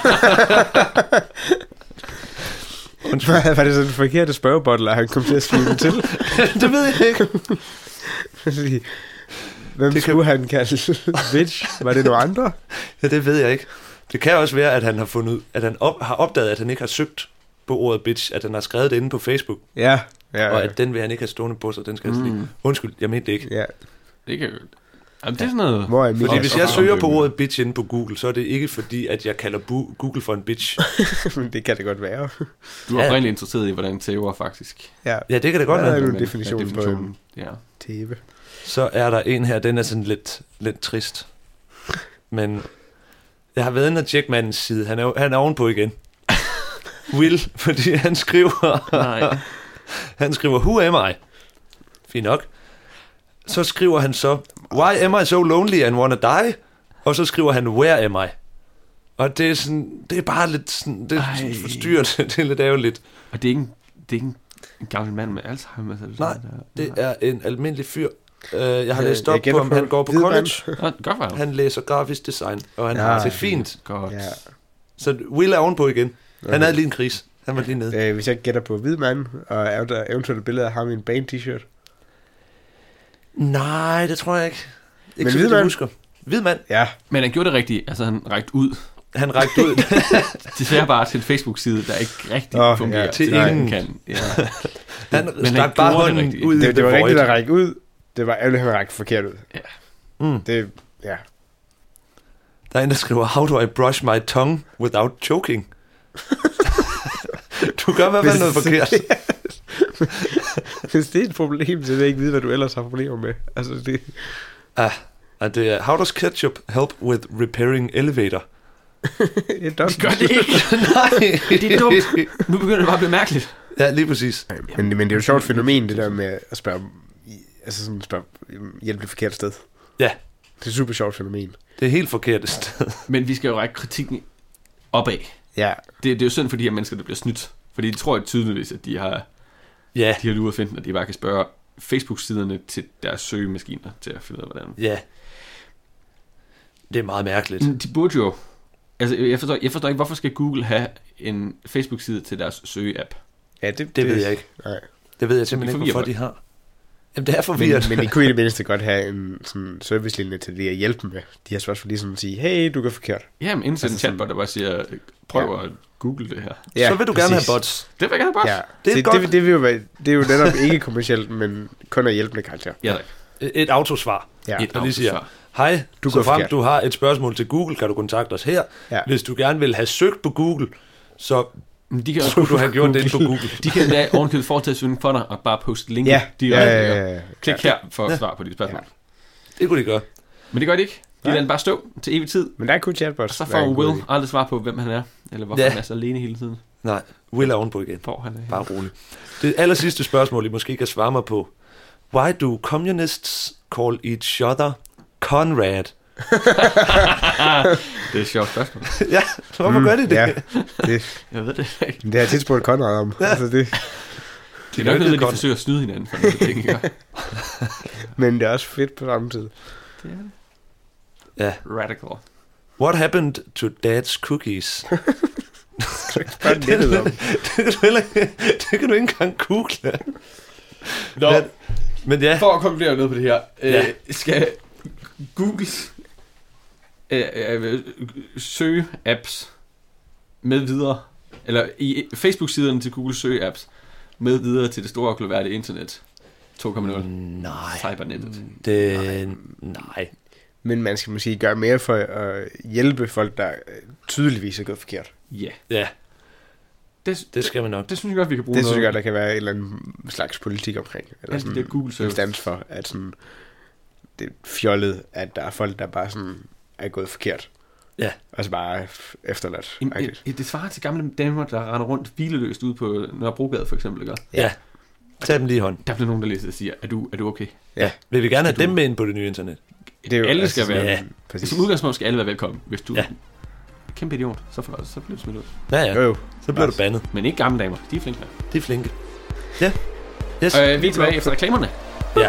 Var, var det sådan en forkerte spørgebottler, han kom til at skrive til? Det ved jeg ikke. Fordi, hvem Det kan- skulle han kalde bitch? Var det nogle andre? Ja, det ved jeg ikke. Det kan også være, at han har fundet, ud- at han op, har opdaget, at han ikke har søgt på ordet bitch, at han har skrevet det inde på Facebook, Ja, ja, og ja. at den vil han ikke have stående på, så den skal mm. Mm. lige. Undskyld, jeg mente det ikke. ja. Det kan jo... Jamen, det er sådan noget... Hvor er min? Fordi hvis jeg også søger om på det. ordet bitch inde på Google, så er det ikke fordi, at jeg kalder bu- Google for en bitch. Det kan det godt være. Du er Ja. oprindeligt interesseret i, hvordan tæver faktisk... Ja, Ja, det kan det godt Ja, være. det er jo Men- en definition ja, på definitionen, ja. tæve. Så er der en her, den er sådan lidt, lidt trist. Men jeg har været inde og tjekke mandens side. Han er, jo- han er ovenpå igen. Will, fordi han skriver... Nej. Han skriver, who am I? Fint nok. Så skriver han så, why am I so lonely and wanna die? Og så skriver han, where am I? Og det er sådan, det er bare lidt sådan, det er Ej. sådan forstyrret, det er lidt ærgerligt. Og det er ikke, en- det er ikke en, en gammel mand med Alzheimer. Så Nej, Det er en almindelig fyr. Uh, jeg har Jeg- læst jeg op gætter på, om på han går på hvid mand. college. Nå, godt var Han læser grafisk design, og han Ja. har det fint. Godt. Ja. Så Will er ovenpå igen. Han Okay. havde lige en kris. Han var lige nede. Øh, hvis jeg gætter på hvid mand, og er der eventuelt et billede af ham i en band t-shirt. Nej, det tror jeg ikke. Ikke Men så hvid vidt jeg mand? husker. Hvid mand. Ja, Men han gjorde det rigtigt. Altså, han rækte ud. Han rækte ud. Desværre bare til en Facebook-side, der ikke rigtig Åh, oh, fungerer. ja, til det, ingen. kan. Ja. Han Men han stak bare gjorde det hånden rigtigt. ud i det, det the var void. rigtigt at række ud. Det var ærgerligt, at han række forkert ud. Mm. Det, ja. Der er en, der skriver, how do I brush my tongue without choking? Du gør i hvert fald noget forkert. Hvis det er et problem, så vil jeg ikke vide, hvad du ellers har problemer med. Altså, det... Ah, og det er, how does ketchup help with repairing elevator? It doesn't. Det gør det ikke. Nej. Det er dumt. Nu begynder det bare at blive mærkeligt. Ja, lige præcis. Men, men det er jo et sjovt fænomen, det der med at spørge, altså sådan spørge hjælp det forkerte sted. Ja. Det er et super sjovt fænomen. Det er helt forkert sted. Men vi skal jo række kritikken opad. Ja. Det, det er jo synd for de her mennesker, der bliver snydt. Fordi de tror jo tydeligvis, at de har, Ja, de har luret finden, at de bare kan spørge Facebook-siderne til deres søgemaskiner til at finde ud af, hvordan. ja. Det er meget mærkeligt. De burde jo... Altså, jeg forstår, jeg forstår ikke, hvorfor skal Google have en Facebook-side til deres søge-app? Ja, det, Det ved jeg ikke. Nej. Det ved jeg simpelthen Det ikke, hvorfor de har. Jamen, det er forvirret. Men, men de kunne i det mindste godt have en sådan servicelinje til det at hjælpe med. De har så også for ligesom at sige, hey, du går forkert. Jamen, indsæt en Altså chatbot, der bare siger, prøv Ja. at google det her. Ja, Så vil du præcis. gerne have bots. Det vil jeg gerne bare. Ja, Det er det, godt. det, det, vil jo være, det er jo netop ikke kommercielt, men kun af hjælpende karakter. Ja, tak. Et autosvar. Ja. Et Der lige siger, autosvar. hej, Du så går frem forkert. du har et spørgsmål til Google, kan du kontakte os her. Ja. Hvis du gerne vil have søgt på Google, så Men de kan skulle du have gjort det inde på Google. De kan da ovenkøbet foretage søgning for dig og bare poste linket Ja, direkte. ja, ja, ja, ja. Klik her for at svare på de spørgsmål. Det kunne de gøre. Men det gør de ikke. De Nej. lader den bare stå til evig tid. Men der er kun chatbots. Og så der er får en god Will idé. aldrig svar på, hvem han er. Eller hvorfor Ja. han er så alene hele tiden. Nej, Will er ovenpå igen. Hvor han er. Bare rolig. Det aller sidste spørgsmål, I måske kan svare mig på. Why do communists call each other Conrad? Det er et sjovt spørgsmål. Ja, hvorfor Mm, gør de det? Ja, det, Jeg ved det ikke. det har jeg tit spurgt Conrad om. Ja. Altså det, Det er gør nok ikke noget, de Con- forsøger at snyde hinanden for noget, det ikke gør. men det er også fedt på samme tid. Det er det. Ja. Radical. What happened to Dad's cookies? Spørg nettet om. det, kan du heller, ikke- det kan du ikke engang google. Nå, Men, men ja, for at konkludere noget på det her. Ja. Øh, skal Googles øh, øh, søge-apps med videre, eller i Facebook-siderne til Google søge-apps med videre til det store og gloværdige internet to punkt nul, nej, cybernettet. det, nej. Men man skal måske gøre mere for at hjælpe folk, der tydeligvis er gået forkert. Ja, Ja, det, det skal man nok. det synes jeg godt, vi kan bruge Det synes jeg noget. godt, der kan være en eller anden slags politik omkring. Eller Ja, sådan det er Google service. instans for, at sådan, det er fjollet, at der er folk, der bare sådan er gået forkert. Ja. Altså bare f- efterladt. En, agtigt. et, det svarer til gamle damer, der render rundt hvileløst ude på Nørrebrogade for eksempel. Ikke? Ja, tag dem lige i hånd. Der bliver nogen, der læser og siger, er du, er du okay? Vil vi gerne have Skal du- dem med ind på det nye internet? Det er jo, Alle skal være- ja, præcis. Som udgangspunkt skal alle være velkommen. Hvis du Ja. er en kæmpe idiot, så, får du, så bliver du smidt ud. Ja, ja, Jo, jo. så bliver du bandet. Men ikke gamle damer, de er flinke. De er flinke. Ja, yes. Øh, vi er tilbage efter reklamerne. Ja.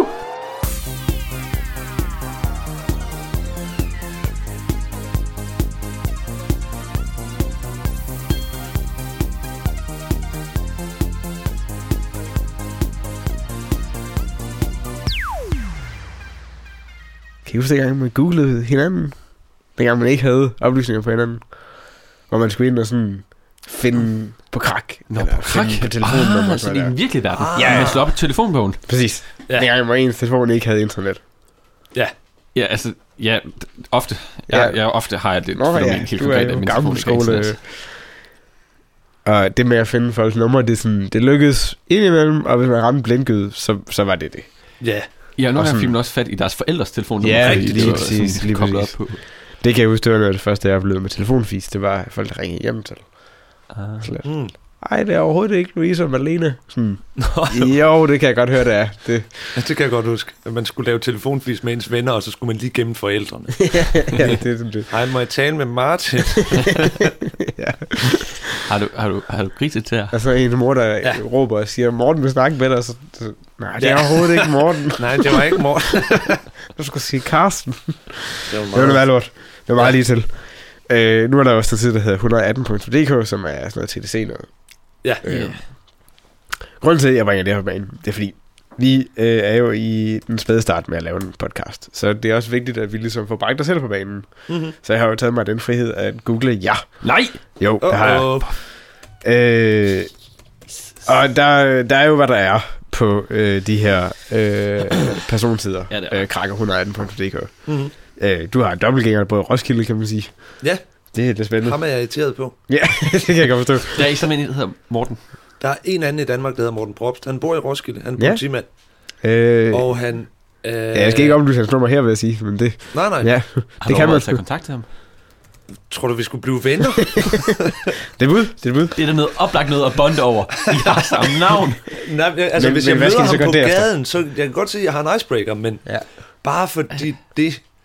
Kan I huske dengang, man googlede hinanden? Dengang man ikke havde oplysninger på hinanden? Hvor man skulle ind og sådan finde på krak. Nå, eller på krak? finde på telefonnummer. Ah, sådan i den virkelige verden. Ah. Ja, man slår op i telefonbogen. Præcis. Ja. Ja. Dengang, hvor ens telefon ikke havde internet. Ja, altså, ja, d- ofte. Ja. Jeg, jeg ofte har jeg lidt Nå fænomen ja, helt du er konkret, at jo min gammel telefon ikke har skole. internet. Og det med at finde folks numre, det, er sådan, det lykkedes indimellem, og hvis man ramte blindgyde, så, så var det det. Ja, Ja, nogle Og gange sådan- fik man også fat i deres forældres telefonnummer, Ja, fordi lige det var præcis, sådan lige koblet præcis. op på. Det kan jeg huske, det var noget af det første, jeg oplevede med telefonfis. Det var folk, der ringede hjem til. Ah. mm. Ej, det er overhovedet ikke Louise og Marlene. Sådan, Nå, jo, det kan jeg godt høre, det er. Det, ja, det kan jeg godt huske. At man skulle lave telefonfis med ens venner, og så skulle man lige gemme forældrene. ja, det er sådan det. Hej, må jeg tale med Martin? Har du, har du, har du griset til her? Og så en mor, der Ja. ja. råber og siger, Morten vil snakke med dig. Så, så, nej, det er Ja. overhovedet ikke Morten. Nej, det var ikke Morten. Du skulle sige Karsten. Det var Det var noget lort. Det var meget Ja. lige til. Øh, nu er der også noget tid, der hedder et hundrede og atten punktum d k, som er sådan noget T D C noget. Ja. Øh, Grunden til, at jeg bringer det her på banen, det er fordi, vi øh, er jo i den spæde start med at lave en podcast. Så det er også vigtigt, at vi ligesom får bragt os selv på banen. Mm-hmm. Så jeg har jo taget mig den frihed at google ja. Nej! Jo, det har jeg. Uh-oh. Øh, og der, der er jo, hvad der er på øh, de her øh, personsider. Ja, det er. øh, krakker et hundrede og atten punktum d k. Mm-hmm. Øh, du har en dobbeltgænger på Roskilde, kan man sige. Ja, Det er lidt spændende. ham er jeg irriteret på. Ja, det kan jeg godt forstå. Der er ikke sådan en, der hedder Morten. Der er en anden i Danmark, der hedder Morten Probst. Han bor i Roskilde. Han er Ja. politimand. Øh, Og han... Øh... ja, jeg skal ikke oplyse hans nummer her, vil jeg sige, men det, Nej, nej. ja, Har det du kan man overvejet at tage sgu. kontakt til ham? Tror du, vi skulle blive venner? Det er bud, det er bud. Det er der noget oplagt noget at bonde over. I har samme navn. Nej, men, altså, Men- hvis men jeg hvad møder skal I ham så på gøre derefter? gaden, så jeg kan godt se, at jeg har en icebreaker, men Ja. bare fordi det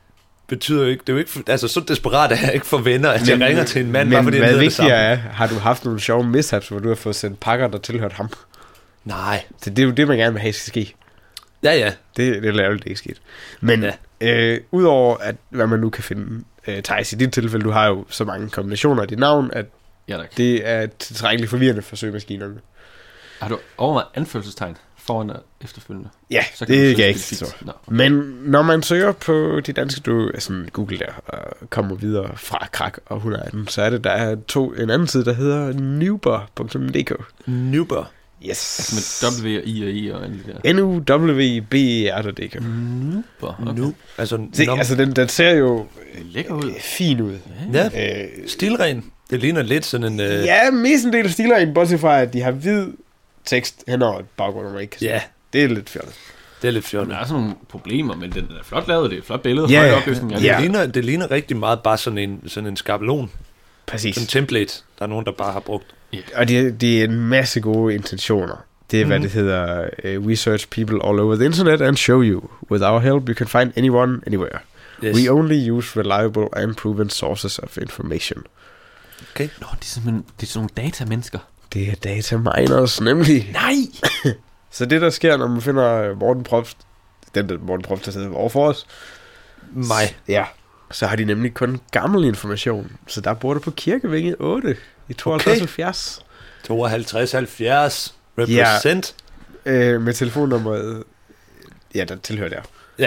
betyder jo ikke, det er jo ikke, altså så desperat er jeg ikke for venner, at jeg Men- ringer til en mand, Men bare fordi han hvad hedder det vigtigere samme. er, har du haft nogle sjove mishaps, hvor du har fået sendt pakker, der tilhørte ham? Nej. Så det er jo det, man gerne vil have skal ske. Ja, ja. Det, det er lavligt, det ikke sket. Men Ja. ja. øh, udover at, hvad man nu kan finde, øh, Thijs, i dit tilfælde, du har jo så mange kombinationer af dit navn, at Ja, tak. det er tilstrækkeligt forvirrende for søgemaskinerne. Har du overvejet anførselstegn foran og efterfølgende? Ja, Så kan det du er søge ikke specifikt. så. Nå. Men når man søger på de danske, du sådan Google der, og kommer videre fra Krak og et hundrede atten, så er det, der er to, en anden side, der hedder newber punktum d k. Newber. Yes. Altså med W og I og I og alle de der. N U W B E R punktum d k. Nuber, okay. Nu. Altså, Se, nom- altså den, den ser jo Lækker ud. øh, fin ud. ja, Øh, stilren. Det ligner lidt sådan en... Øh, ja, mest en del af stiler, bortset fra, at de har hvid tekst hen over baggrunden, man ikke kan se. ja, Det er lidt fjollet. det er lidt Der fjollet. er sådan nogle problemer, men den er flot lavet, det er et flot billede, Ja, høj ja. opløsning. Det, Ja. ligner, det ligner rigtig meget bare sådan en, sådan en skabelon. Præcis. Sådan en template, der er nogen, der bare har brugt. Og det, det er en masse gode intentioner. Det er, mm. hvad Mhm. det hedder, uh, we search people all over the internet and show you. With our help, you can find anyone, anywhere. Yes. We only use reliable and proven sources of information. Okay. Nå, det er simpelthen det er sådan nogle datamennesker. Det er data miners, nemlig. Nej! Så det, der sker, når man finder Morten Probst, den der Morten Probst, der sidder overfor os, Mig. ja, så har de nemlig kun gammel information. Så der bor du på Kirkevinge otte i tooghalvtreds halvfjerds. tooghalvtreds halvfjerds. Represent. Øh, med telefonnummeret, ja, der tilhører der. Ja.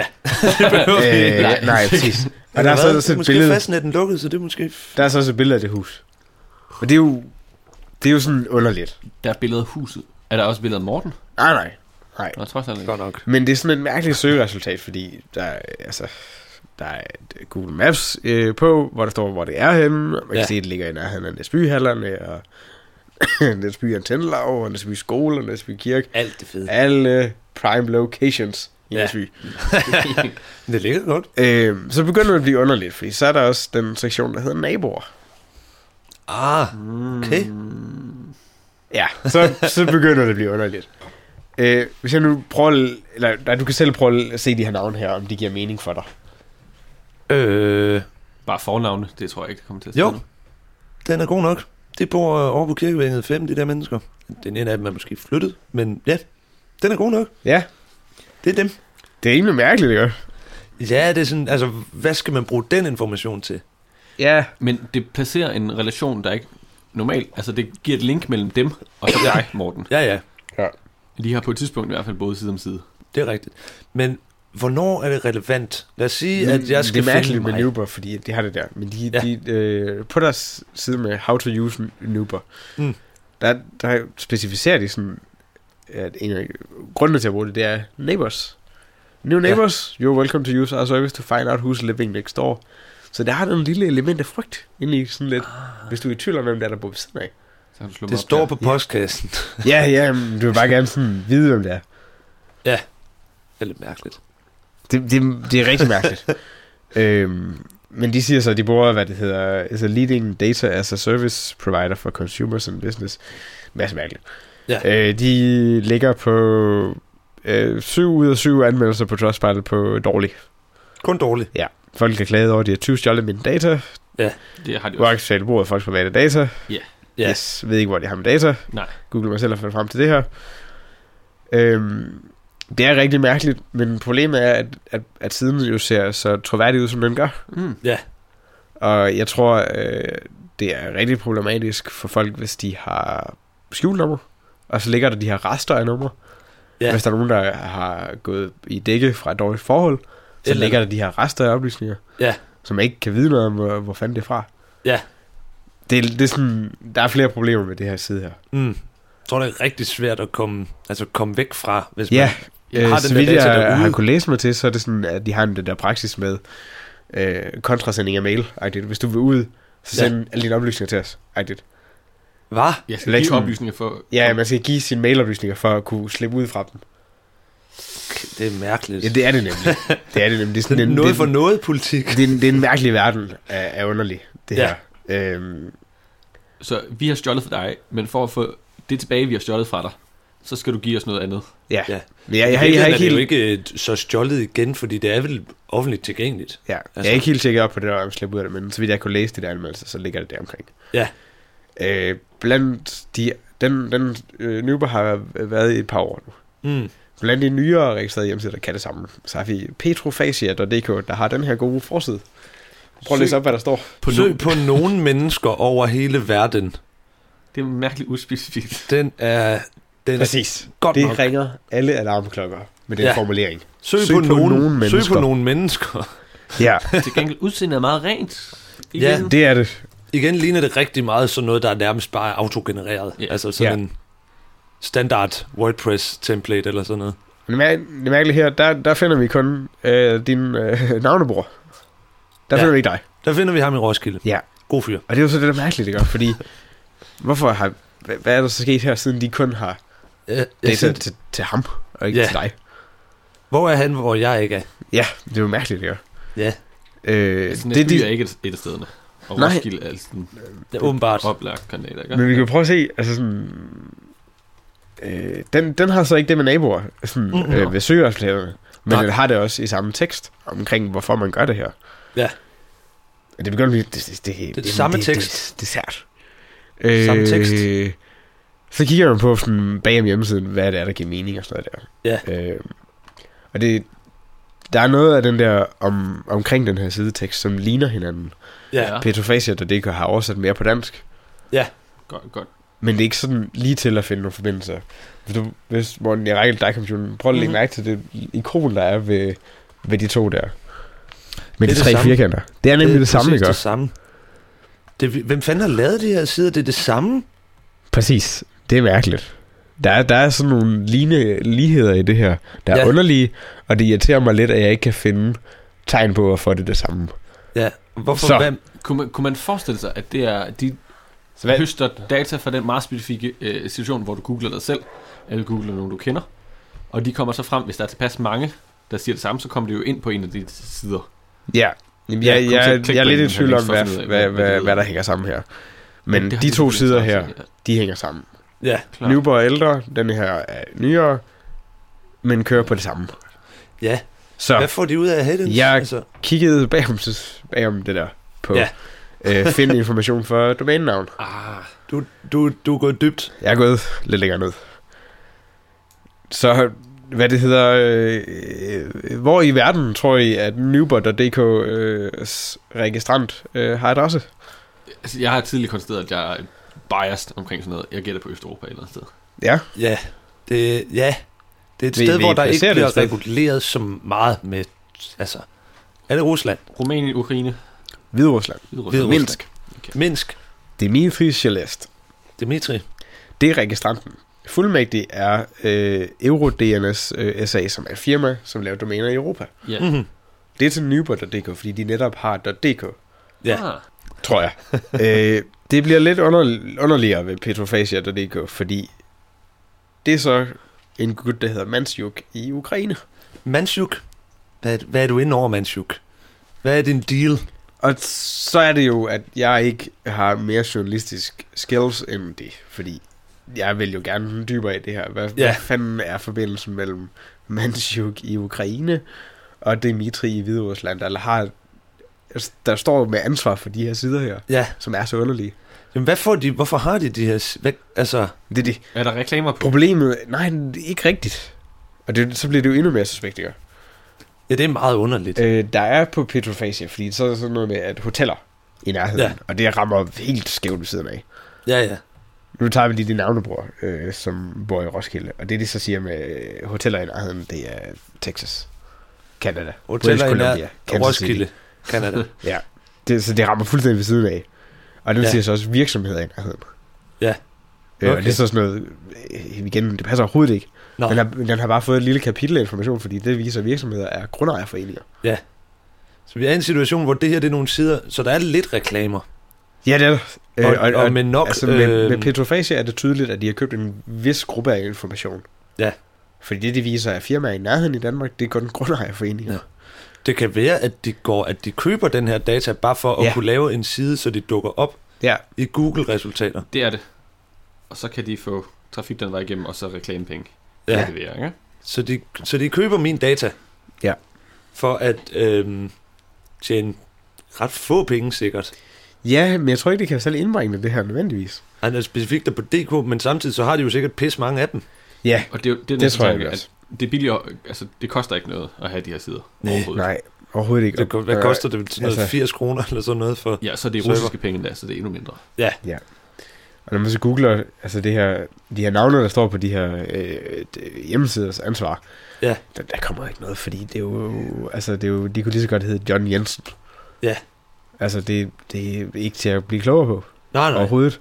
øh, Nej. nej, præcis. Og Og der er så også et måske billede, fastnetten lukket, så det er måske... der er så også et billede af det hus. Og det er jo, det er jo sådan underligt. Der er billedet af huset. Er der også billedet af Morten? Nej, nej, nej. Nå, trods alt ikke. Godt nok. Men det er sådan et mærkeligt søgeresultat, fordi der er, altså, der er et Google Maps øh, på, hvor der står, hvor det er henne. Og man kan Ja. se, at det ligger i nærheden af Næsbyhallerne, og Næsby Antennelav, og Næsby Skole, og Næsby Kirke. Alt det fede. Alle prime locations i Ja. Næsby. Det ligger godt. Øh, så begynder det at blive underligt, fordi så er der også den sektion, der hedder naboer. Ah, okay. Ja, så, så begynder det at blive underligt. Øh, hvis jeg nu prøver, at- eller nej, du kan selv prøve at se de her navne her, om de giver mening for dig. Øh, Bare fornavne, det tror jeg ikke, det kommer til at Jo. ske nu. den er god nok. Det bor øh, over på Kirkevænget fem, de der mennesker. Den ene af dem er måske flyttet, men ja, den er god nok. Ja, Det er dem. det er egentlig mærkeligt, ikke? Ja, det er sådan, altså, hvad skal man bruge den information til? Ja, Men det placerer en relation, der ikke normalt... Altså, det giver et link mellem dem og så dig, Morten. Ja, ja, De har på et tidspunkt i hvert fald boet side om side. det er rigtigt. Men hvornår er det relevant? Lad os sige, at jeg skal det er finde mærkeligt med mig. Nuber, fordi de har det der. Men de, Ja. ja. de øh, på deres side med How to Use Nuber, Mm. der, der specificerer de sådan, at en af grundene til at bruge det, det er neighbors. New neighbors, ja. You're welcome to use our service to find out who's living next door. Så der har den lille element af frygt inde i sådan lidt, ah. hvis du er i tvivl om, hvem der er, der bor ved siden af. Så kan du slå Det mig op står der. på postkassen. Ja, ja, men du vil bare gerne sådan vide, hvem det er. Det er lidt mærkeligt. Det, det, det er rigtig mærkeligt. øhm, men de siger så, at de bruger, hvad det hedder, is a leading data as a service provider for consumers and business. Masse mærkeligt. Ja. Øh, de ligger på øh, syv ud af syv anmeldelser på Trustpilot på dårlig. Kun dårligt. Ja. Folk kan klage over, at de har tyve stjålet mine data. Det har de også. Uacceptabelt brug af folks private data. Ja. Ja. Yes, ved ikke, hvor de har med data. Nej. Google mig selv har fundet frem til det her. Øhm, det er rigtig mærkeligt, men problemet er, at, at, at siden jo ser så troværdig ud, som den gør. Mm. Ja. Og jeg tror, øh, det er rigtig problematisk for folk, hvis de har skjulnummer, og så ligger der de her rester af numre. Ja. Hvis der er nogen, der har gået i dække fra et dårligt forhold, så Eller- ligger der de her rester af oplysninger, Ja. som man ikke kan vide noget om, hvor, hvor fanden det er fra. Ja. Det, er- det er sådan, der er flere problemer med det her side her. Mm. Jeg tror, det er rigtig svært at komme, altså komme væk fra, hvis Ja, man øh, har så den der vidt data jeg derude. har kunnet læse mig til, så er det sådan, at de har den der praksis med øh, kontrasending af mail. Hvis du vil ud, så Ja. send alle dine oplysninger til os. Agtigt. Hvad? Jeg skal Let- give oplysninger for... Ja, man skal give sine mailoplysninger for at kunne slippe ud fra dem. Det er mærkeligt. Ja, det er det nemlig. Det er det nemlig. Det er sådan en, noget det, for noget politik. det, er en, det er en mærkelig verden af, af underlig, det Ja. her. Øhm, Så vi har stjålet fra dig, men for at få det tilbage, vi har stjålet fra dig, så skal du give os noget andet. ja. Ja. Men jeg, jeg, jeg, I jeg, jeg har virkeligheden ikke er det helt... jo ikke øh, så stjålet igen, fordi det er vel offentligt tilgængeligt. Ja, altså, Altså- jeg er ikke helt sikker op på det, der er slæbt ud af det, men så vidt jeg kunne læse det der anmeldelse, så ligger det der omkring. Ja. Øh, blandt de, den, den øh, Nuber har været i et par år nu. Mm. Blandt de nyere registrerede hjemmesider, der kan det samme. Så har vi petrofacia punktum d k, der har den her gode forside. Prøv at læse op, hvad der står. På Søg no- på nogle mennesker over hele verden. Det er mærkeligt uspecifikt. Den er... Den er Præcis. godt det nok. ringer alle alarmklokker med den Ja. formulering. Søg, Søg på, på nogen, nogle søg mennesker. på nogle mennesker. Ja, Til gengæld udseendet er meget rent. Ja, Igen. det er det. Igen ligner det rigtig meget sådan noget, der er nærmest bare autogenereret. Ja. Altså sådan Ja. en standard WordPress-template eller sådan noget. Men det, mær- det mærkelige her, der, der finder vi kun øh, din øh, navnebror. Der Ja. finder vi ikke dig. Der finder vi ham i Roskilde. Ja. God fyr. Og det er jo så det, der er mærkeligt, det gør, fordi... hvorfor har... Hvad, hvad er der så sket her, siden de kun har Jeg, jeg data synes, til, til ham, og ikke Ja. til dig? hvor er han, hvor jeg ikke er? Ja, det er jo mærkeligt, det gør. Ja, Øh, Sådan, det, det, de, er ikke et, et af stederne. Og Nej. Roskilde er sådan det er åbenbart. oplagt kanal, ikke? men vi kan jo prøve at se, altså sådan... Øh, den, den har så ikke det med naboer, sådan, Mm-hmm. øh, ved søgeresultaterne. Men Nej. den har det også i samme tekst, omkring hvorfor man gør det her. Ja. Og det begynder at blive... Det, det, det, det, det samme det, tekst. Det, det er sært. Samme tekst. Så kigger man på sådan bagom hjemmesiden, hvad det er, der giver mening og sådan noget der. Ja. Øh, og det, der er noget af den der om, omkring den her sidetekst, som ligner hinanden. Ja. Ja. Petrofacia punktum d k har oversat mere på dansk, Godt, godt. men det er ikke sådan lige til at finde nogle forbindelser. Hvis, du, hvis Morten, jeg rækker dig computeren, prøv at lægge Mhm. mærke til det ikon, der er ved, ved de to der. Med Det de er tre det samme. firkanter. Det er nemlig det, det samme, præcis ikke det også? samme. Det, hvem fanden har lavet de her sider? Det er det samme? Præcis. Det er mærkeligt. Der er, der er sådan nogle ligne, ligheder i det her, der er Ja. underlige, og det irriterer mig lidt, at jeg ikke kan finde tegn på, hvorfor det er det samme. Ja. Hvorfor? Så. Hvem? Kunne man, kunne man forestille sig, at det er de Så hvad, høster data fra den meget specifikke øh, situation, hvor du googler dig selv, eller googler nogen, du kender, og de kommer så frem, hvis der er tilpas mange, der siger det samme, så kommer det jo ind på en af de sider. ja, Jamen, Ja, jeg, kom jeg, til at jeg, klikke jeg er på lidt i den her tvivl om, link for at hvad, finde ud af, hvad, hvad- hvad hvad, det hvad er. der hænger sammen her. Men det har de vi to selvfølgelig sider interesse her, i, ja. de hænger sammen. Ja. Klar. Newborg er ældre, den her er nyere, men kører på det samme. Ja. Så Hvad får de ud af at have den? Jeg- Altså, kiggede bagom, bagom det der på Ja. øh, finde information for domænenavn. Ah, du, du, du er gået dybt. Jeg er gået lidt længere ned. Så, hvad det hedder, øh, hvor i verden tror I, at newbot punktum d k øh, registrant øh, har adresse? Altså, jeg har tidligere konstateret, at jeg er biased omkring sådan noget. Jeg gætter på Østeuropa et eller andet sted. Ja, Ja, det, ja. det er et Vi- sted, vi hvor der ikke placerer det bliver et sted. reguleret så meget med... Altså, er det Rusland? Rumænien, Ukraine, Hviderusland. Hviderusland. Hviderusland. Minsk. Minsk? Dimitri Celest. Dimitri? Det er registranten. Fuldmægtig er øh, EuroDNS øh, S A, som er et firma, som laver domæner i Europa. Ja. Mm-hmm. Det er til newbot punktum d k, fordi de netop har .dk, Ja. Ah, tror jeg. øh, det bliver lidt under, underligere ved petrofacia punktum d k, fordi det er så en gut, der hedder Mansjuk i Ukraine. Mansjuk? Hvad, hvad er du inde over, Mansjuk? Hvad er din deal? Og så er det jo, at jeg ikke har mere journalistisk skills end det, fordi jeg vil jo gerne dybere i det her. Hvad, ja. Ja. hvad fanden er forbindelsen mellem Mansjuk i Ukraine og Dimitri i Hviderusland, der har der står med ansvar for de her sider her, Ja. som er så underlige. Jamen, hvad får de, hvorfor har de de her... s- Hvad, altså, Det er det. er der reklamer på? Problemet, nej, det er ikke rigtigt. Og det, så bliver det jo endnu mere suspekt, ikke? ja, det er meget underligt. Øh, der er på petrofacia, fordi så er der sådan noget med, at hoteller i nærheden, Ja. og det rammer helt skævt ved siden af. Ja, ja. Nu tager vi lige din navnebror, øh, som bor i Roskilde, og det de så siger med øh, hoteller i nærheden, det er Texas, Canada, Hoteller i nær... Columbia, Kansas Roskilde, City. Canada. Ja, det, så det rammer fuldstændig ved siden af. Og den Ja. siger så også virksomheder i nærheden. Ja. Øh, og Okay. det er så sådan noget, øh, igen, det passer overhovedet ikke. Nå, Den har, den har bare fået et lille kapitel af information, fordi det viser, at virksomheder er grundejerforeninger. så vi er i en situation, hvor det her det er nogle sider, så der er lidt reklamer. Ja, det er det. Og, Øh, og, og med nok... Altså med, øh, med petrofacia er det tydeligt, at de har købt en vis gruppe af information. Ja. Fordi det, de viser, at firmaer i nærheden i Danmark, det er kun grundejerforeninger. Ja. Det kan være, at de går, at de køber den her data bare for at Ja. kunne lave en side, så de dukker op Ja. i Google-resultater. Det er det. Og så kan de få trafik den vej igennem, og så reklamepenge. Ja. Det er det, ikke? Så de, så de køber min data. Ja. for at øhm, tjene ret få penge sikkert. Ja, men jeg tror ikke, det kan selv indbringe det her nødvendigvis. Han er specifikt der på D K, men samtidig så har de jo sikkert pisse mange af dem. Ja, Og det, er jo- det, er det den tror jeg tanke, også. at det er billigere, altså det koster ikke noget at have de her sider. overhovedet. Nej, overhovedet ikke. Det, hvad Og- koster det? Sådan noget altså- firs kroner eller sådan noget for? Ja, så er det Server. russiske penge endda, så det er endnu mindre. Og når man så googler altså det her, de her navne, der står på de her øh, d- hjemmesiders ansvar, Ja. der, der kommer ikke noget, fordi det er jo, altså det er jo, de kunne lige så godt hedde John Jensen. Ja. Altså det, det er ikke til at blive klogere på, Nej, nej. overhovedet.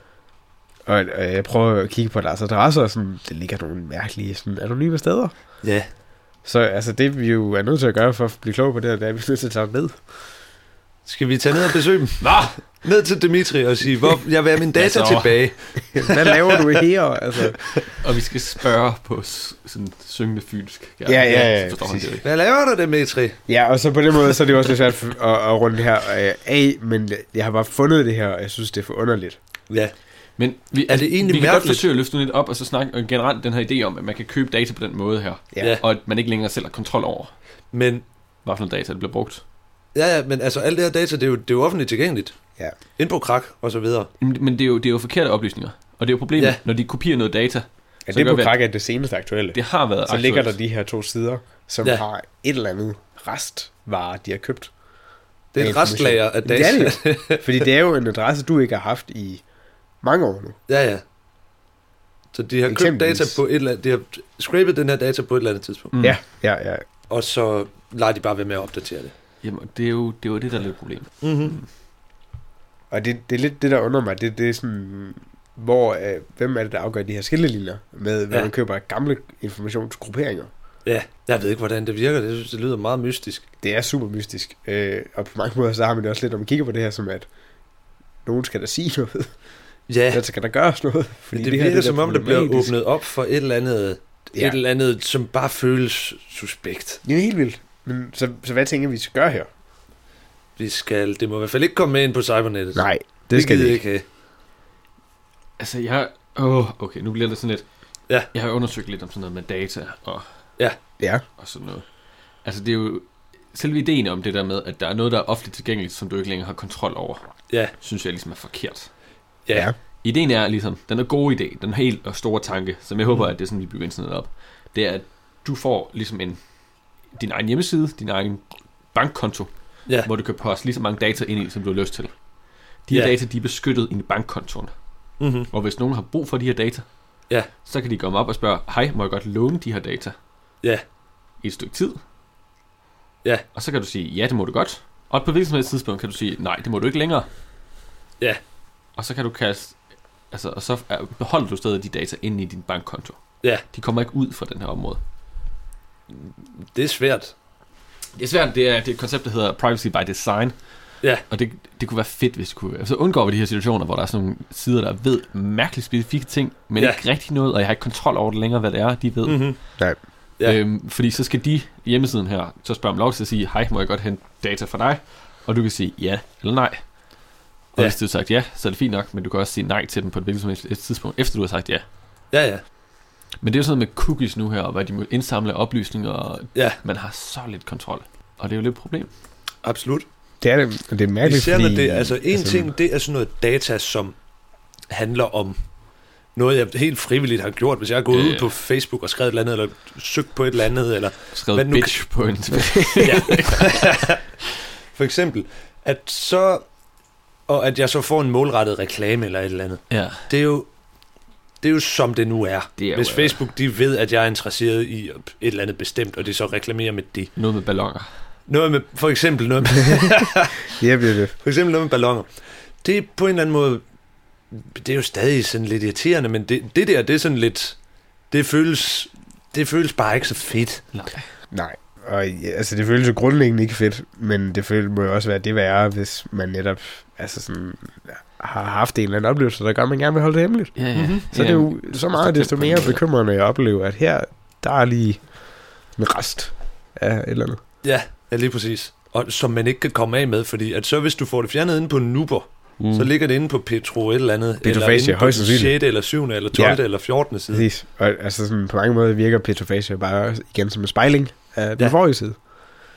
Og, og jeg prøver at kigge på deres adresser, og sådan, det ligger nogle mærkelige sådan, anonyme steder. Ja. Så altså det vi jo er nødt til at gøre for at blive klogere på det her, det er, at vi er nødt til at tage dem ned. Skal vi tage ned og besøge dem? Nå! Ned til Dimitri og sige, hvor jeg vil have mine data Ja, så. tilbage. Hvad laver du her? Altså, Og vi skal spørge på s- sådan syngende fynsk. Ja, ja, ja, Så forstår han det præcis. jo ikke. Hvad laver du, Dimitri? ja, og så på den måde, så er det jo også lidt svært at, at runde det her øh, af, men jeg har bare fundet det her, og jeg synes, det er for underligt. Ja. Men vi, Er det egentlig vi kan godt mærkeligt? forsøge at løfte lidt op, og så snakke og generelt den her idé om, at man kan købe data på den måde her. Ja. Ja. Og at man ikke længere selv har kontrol over, Men, hvad for noget data, der bliver brugt. ja, ja, men altså, alt det her data, det er jo, det er jo offentligt tilgængeligt. Ja. Ind på krak og så videre. Men men det er jo, det er jo forkerte oplysninger. Og det er jo problemet, Ja. ja. når de kopierer noget data. Ja, Så det gør på vi, at krak er det seneste aktuelle. Det har været Så ligger der de her to sider, som Ja. ja. har et eller andet restvarer, de har købt. Det er Af et restlager af information. data. Det er det jo. Fordi det er jo en adresse, du ikke har haft i mange år nu. Ja, ja. Så de har købt Eksempelvis. data på et eller andet, de har scrapet den her data på et eller andet tidspunkt. Mm. Ja, ja, ja. Og så lader de bare være med at opdatere det. Jamen, det er jo det, er jo det der er lidt et problem. Mm-hmm. Og det, det er lidt det, der undrer mig. Det, det er sådan, hvor, øh, hvem er det, der afgør de her skillelinjer med, hvad Ja. man køber af gamle informationsgrupperinger. Ja, jeg ved ikke, hvordan det virker. Det, synes, det lyder meget mystisk. Det er super mystisk. Øh, og på mange måder, så har man det også lidt, når man kigger på det her, som at nogen skal der sige noget. Ja, Ellers skal der gøres noget. fordi det, her, det virker der som om, der bliver problematisk. åbnet op for et eller andet, Ja. et eller andet, som bare føles suspekt. Det er helt vildt. Men så, så hvad tænker vi skal gøre her? Vi skal, det må i hvert fald ikke komme med ind på cybernettet. Nej, det skal gider det ikke have. Altså, jeg har... Åh, okay, nu bliver det sådan lidt... Ja. Jeg har undersøgt lidt om sådan noget med data og, Ja, og sådan noget. Altså, det er jo... Selve ideen om det der med, at der er noget, der er offentligt tilgængeligt, som du ikke længere har kontrol over, Ja, synes jeg ligesom er forkert. ja, ja. Ideen er ligesom, den er god idé, den helt og store tanke, som jeg håber, at det er sådan, vi bygger internet op. Det er, at du får ligesom en, din egen hjemmeside, din egen bankkonto, ja, hvor du kan poste lige så mange data ind i, som du har lyst til. De her Ja. data, de er beskyttet i bankkontoen. mm-hmm. Og hvis nogen har brug for de her data, Ja. så kan de komme op og spørge, hej, må jeg godt låne de her data Ja, i et stykke tid? Ja. Og så kan du sige, ja, det må du godt. Og på et hvilket som helst tidspunkt kan du sige, nej, det må du ikke længere. Ja. Og så kan du kaste, altså, og så er- beholder du stadig de data inde i din bankkonto. Ja. De kommer ikke ud fra den her område. det er svært. Det er svært, det er, det er et koncept, der hedder privacy by design. Ja. Og det, det kunne være fedt, hvis det kunne. Så undgår vi de her situationer, hvor der er sådan nogle sider, der ved mærkeligt specifikke ting, men Ja. ja. ikke rigtig noget, og jeg har ikke kontrol over det længere, hvad det er, de ved. Mm-hmm. Nej. Ja. Øhm, fordi så skal de hjemmesiden her, så spørger om lov til at sige, hej, må jeg godt hente data fra dig? Og du kan sige ja eller nej. Og Ja. hvis du har sagt ja, så er det fint nok, men du kan også sige nej til dem på et hvilket som helst et tidspunkt, efter du har sagt ja. Ja, ja, Men det er jo sådan noget med cookies nu her, og hvad de må indsamle af oplysninger, og ja, man har så lidt kontrol. Og det er jo lidt et problem. absolut. Det er det. Og det er mærkeligt, Især når fordi... det, altså en altså, ting, det er sådan noget data, som handler om noget, jeg helt frivilligt har gjort. Hvis jeg har gået Ja, ud ja. på Facebook og skrevet et eller andet, eller søgt på et eller andet, eller Skrevet Men nu bitch på en... ja. For eksempel, at så, og at jeg så får en målrettet reklame eller et eller andet. ja, Det er jo, det er jo som det nu er. det er Hvis jo, øh, Facebook, de ved, at jeg er interesseret i et eller andet bestemt, og de så reklamerer med det. noget med ballonger. Noget med, for eksempel noget med, Ja, det er det. for eksempel noget med balloner. Det er på en eller anden måde, det er jo stadig sådan lidt irriterende, men det, det der, det er sådan lidt, det føles, det føles bare ikke så fedt. Nej. Nej. Og ja, altså, det føles jo grundlæggende ikke fedt, men det føles, må jo også være det værre, hvis man netop altså sådan, har haft en eller anden oplevelse, der gør, at man gerne vil holde det hemmeligt. Ja, ja. Mhm. Så ja, det er jo så meget desto mere bekymrende. bekymrende at opleve, at her, der er lige en rest af et eller andet. Ja, ja, lige præcis. Og som man ikke kan komme af med, fordi at så hvis du får det fjernet inde på Nuber, Mm. mm. så ligger det inde på Petro et eller andet, Petrofacia, eller inde på højst sandsynligt. sjette eller syvende eller tolvte Ja. eller fjortende side. Præcis. Og altså sådan, på mange måder virker Petrofacia bare igen som en spejling af den Ja. forrige side.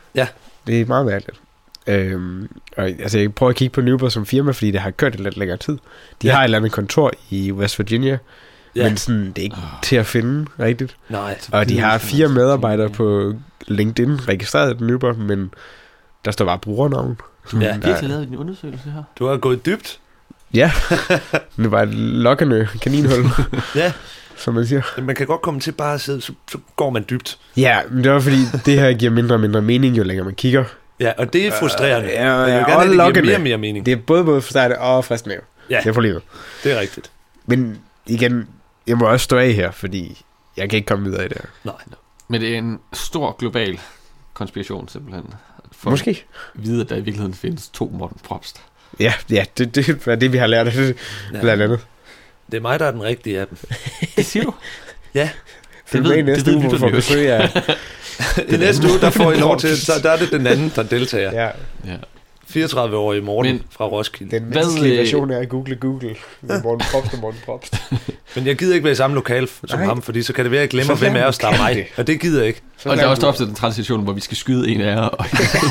Ja. Det er meget mærkeligt. Øhm, og, altså, jeg prøver at kigge på Nuber som firma, fordi det har kørt i lidt længere tid. De Ja. har et eller andet kontor i West Virginia, Ja. men sådan, det er ikke oh. til at finde rigtigt. Nej. Og de har fire medarbejdere på LinkedIn registreret Nuber, men der står bare brugernavn. Du Ja. har virkelig lavet en undersøgelse her. Du har gået dybt. Ja, det var et lokkende kaninhul, Ja. som man siger. Man kan godt komme til bare at sidde, så, så går man dybt. Ja, men det var fordi, det her giver mindre og mindre mening, jo længere man kigger. Ja, og det er frustrerende. Øh, ja, Man vil ja, gerne og have, det giver lokkende. mere og mere mening. Det er både både frustrerende og fristende. Ja. Det er problemet. Det er rigtigt. Men igen, jeg må også stå af her, fordi jeg kan ikke komme videre i det her. Nej. Men det er en stor global konspiration simpelthen. For Måske. at vide, at der i virkeligheden findes to Morten Probst. Ja, ja det, det er det, vi har lært af det, Ja. blandt andet. Det er mig, der er den rigtige af dem. Det siger du? Ja. Følg ved- med i det næste ved uge, hvor vi lytterne får jo ikke. besøg af... I næste uge, der får I lov til, så der er det den anden, der deltager. Ja, Ja. fireogtredive-årige Morten Men- fra Roskilde. den Hvad, menneskelige øh, version er at google Google. Med Morten Probst og Morten Probst. Men jeg gider ikke være i samme lokal som Nej. ham, fordi så kan det være, at jeg glemmer, Så hvem lad af os, der er ham mig. det. Og det gider jeg ikke. Så Og der lad er også ham- opsat en transition, hvor vi skal skyde en af jer. Og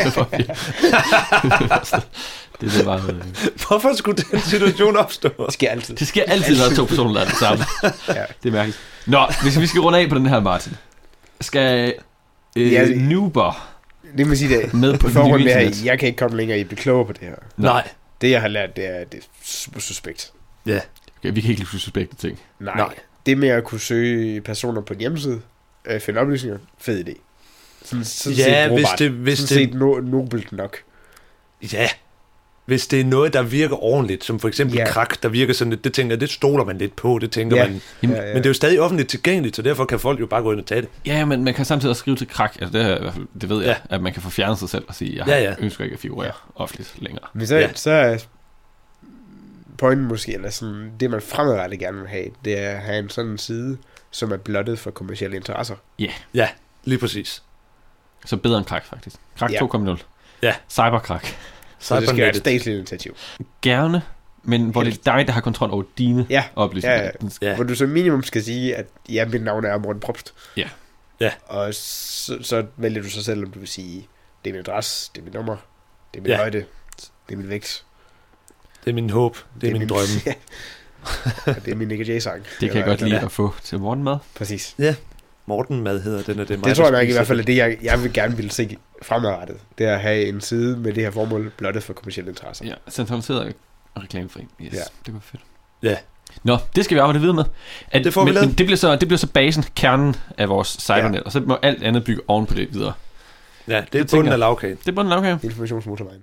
det er det bare... øh, Hvorfor skulle den situation opstå? Det sker altid. Det sker altid, når der er to personer, der er det samme. Ja. Det er mærkeligt. Nå, hvis vi skal runde af på den her, Martin. Skal øh, Ja, ja, det- Nuber Det må sige det. med på det Forhånd nye med, internet? at jeg kan ikke komme længere i at blive klogere på det her. Nej. Det, jeg har lært, det er, det er super suspekt. Ja. Okay, vi kan ikke lide suspekte ting. Nej. Nej. Det med at kunne søge personer på en hjemmeside, øh, finde oplysninger, fed idé. Sådan, sådan Ja, set hvis brugbart. det- hvis sådan det- set no, nobelt nok. Ja. Hvis det er noget, der virker ordentligt, som for eksempel Ja. krak, der virker sådan lidt, det tænker det stoler man lidt på, det tænker Ja. man. Jamen, Ja, ja. Men det er jo stadig offentligt tilgængeligt, så derfor kan folk jo bare gå ind og tage det. Ja, men man kan samtidig også skrive til krak, altså det, er, i hvert fald- det ved jeg, Ja. at man kan få fjernet sig selv og sige, jeg Ja, ja. ønsker ikke at figurere offentligt længere. Men så, Ja. ja. så er pointen måske, eller sådan, det man fremadrettet gerne vil have, det er at have en sådan side, som er blottet for kommercielle interesser. Ja, lige præcis. Så bedre end krak, faktisk. Krak Ja. to punkt nul. Ja. Cyberkrak. Så det skal være et Cybernettet. statsligt initiativ. Gerne, men hvor det er dig, der har kontrol over dine Ja, oplysninger. ja, ja. Den skal- Ja. Hvor du som minimum skal sige, at ja, mit navn er Morten Probst. Ja. Ja. Og så, så vælger du så selv, om du vil sige, det er min adresse, det er mit nummer, det er min Ja. højde, det er min vægt. Det er min håb, det er min drømme. Ja. Og det er min Nick Jay-sang. Det kan jeg godt lide at få til morgenmad. Præcis. Morten Mad hedder den, og det er mig, Det tror der jeg nok i spiser hvert fald den. er det, jeg, jeg vil gerne ville se fremadrettet. Det er at have en side med det her formål blottet for kommercielle interesser. Ja, centraliseret og reklamefri. Yes, Ja. det var fedt. Ja. Nå, det skal vi arbejde videre med. At, Det får vi men, lavet. men det bliver så det bliver så basen, kernen af vores cybernet, ja. Og så må alt andet bygge oven på det videre. Ja, det er Det tænker bunden jeg. af lavkagen. Det er bunden af lavkagen. Informationsmotorvejen.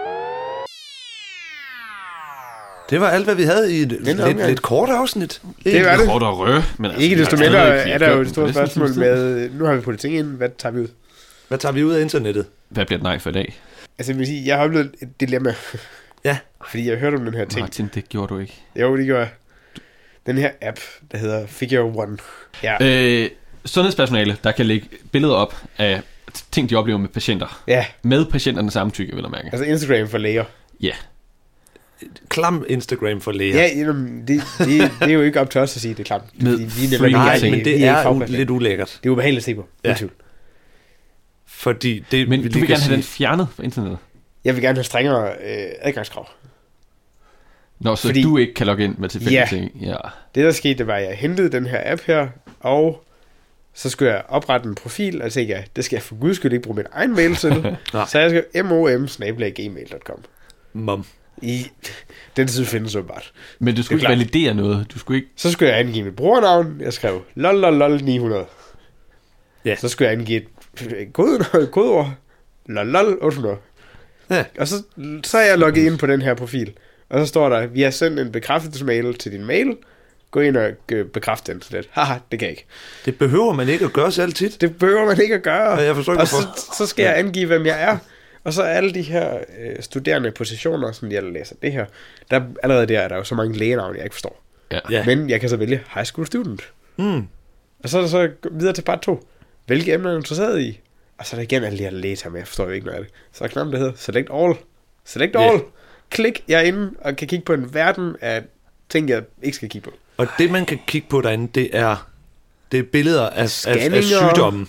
Det var alt, hvad vi havde i et lidt, omgang. lidt kort afsnit. Det var det. Kort og rø, men altså, Ikke vi desto har mindre stadigvæk- vi har er der jo gjort et den stort på næsten spørgsmål en times tid. med, nu har vi puttet ting ind, hvad tager vi ud? Hvad tager vi ud af internettet? Hvad bliver det nej for i dag? Altså jeg vil sige, jeg har oplevet et dilemma. Ja. Fordi jeg hørte om den her ting. Martin, det gjorde du ikke. Jo, det gør jeg. Den her app, der hedder Figure One. Ja, Øh, sundhedspersonale, der kan lægge billeder op af ting, de oplever med patienter. ja, Med patienternes samtykke, vil jeg mærke. altså Instagram for læger. Ja. Klam Instagram for læger. Ja, jamen, det, det, det er jo ikke op til os at sige, det er klart. Med Fordi vi er free nemlig Nej, ikke- men vi det ikke er u- fagpersoner. lidt ulækkert. Det er ubehageligt at se på. Ja. Ja. Fordi det, Men vi du lige vil kan gerne have den sige- fjernet fra internettet. Jeg vil gerne have strengere øh, adgangskrav. Nå, så Fordi- du ikke kan logge ind med tilfældige Ja. ting. Ja. Det der skete, det var, at jeg hentede den her app her, og så skulle jeg oprette en profil, og så tænkte jeg, det skal jeg for guds skyld ikke bruge min egen mail til. Nej. Så jeg skrev mom snabel-a gmail punktum com. Mom. I den side findes åbenbart. Men du skulle Det er ikke klart. validere noget. Du skulle ikke... Så skulle jeg angive mit brugernavn. Jeg skrev lol ni hundrede. Ja. Så skulle jeg angive et et kode, kodeord. lol otte hundrede. Ja. Og så, så er jeg logget ind på den her profil. Og så står der, vi har sendt en bekræftelsesmail til din mail. Gå ind og øh, bekræft den. Så lidt. Haha, det kan jeg ikke. Det behøver man ikke at gøre så altid. Det behøver man ikke at gøre. Ja, jeg forstår ikke, og så, hvorfor. så skal jeg angive, hvem jeg er. Og så alle de her øh, studerende positioner, som jeg læser det her, der allerede der er der jo så mange lægenavne, jeg ikke forstår. Ja. Ja. Men jeg kan så vælge high school student. Mm. Og så er der så videre til part to. Hvilke emner er du interesseret i? Og så er der igen alle de her lægeter med, jeg forstår jo ikke noget af det. Så er knappen, der hedder Select All. Select Ja. All. Klik, jeg er inde og kan kigge på en verden af ting, jeg ikke skal kigge på. Og det, man kan kigge på derinde, det er, det er billeder af, af, af Scanninger. sygdommen.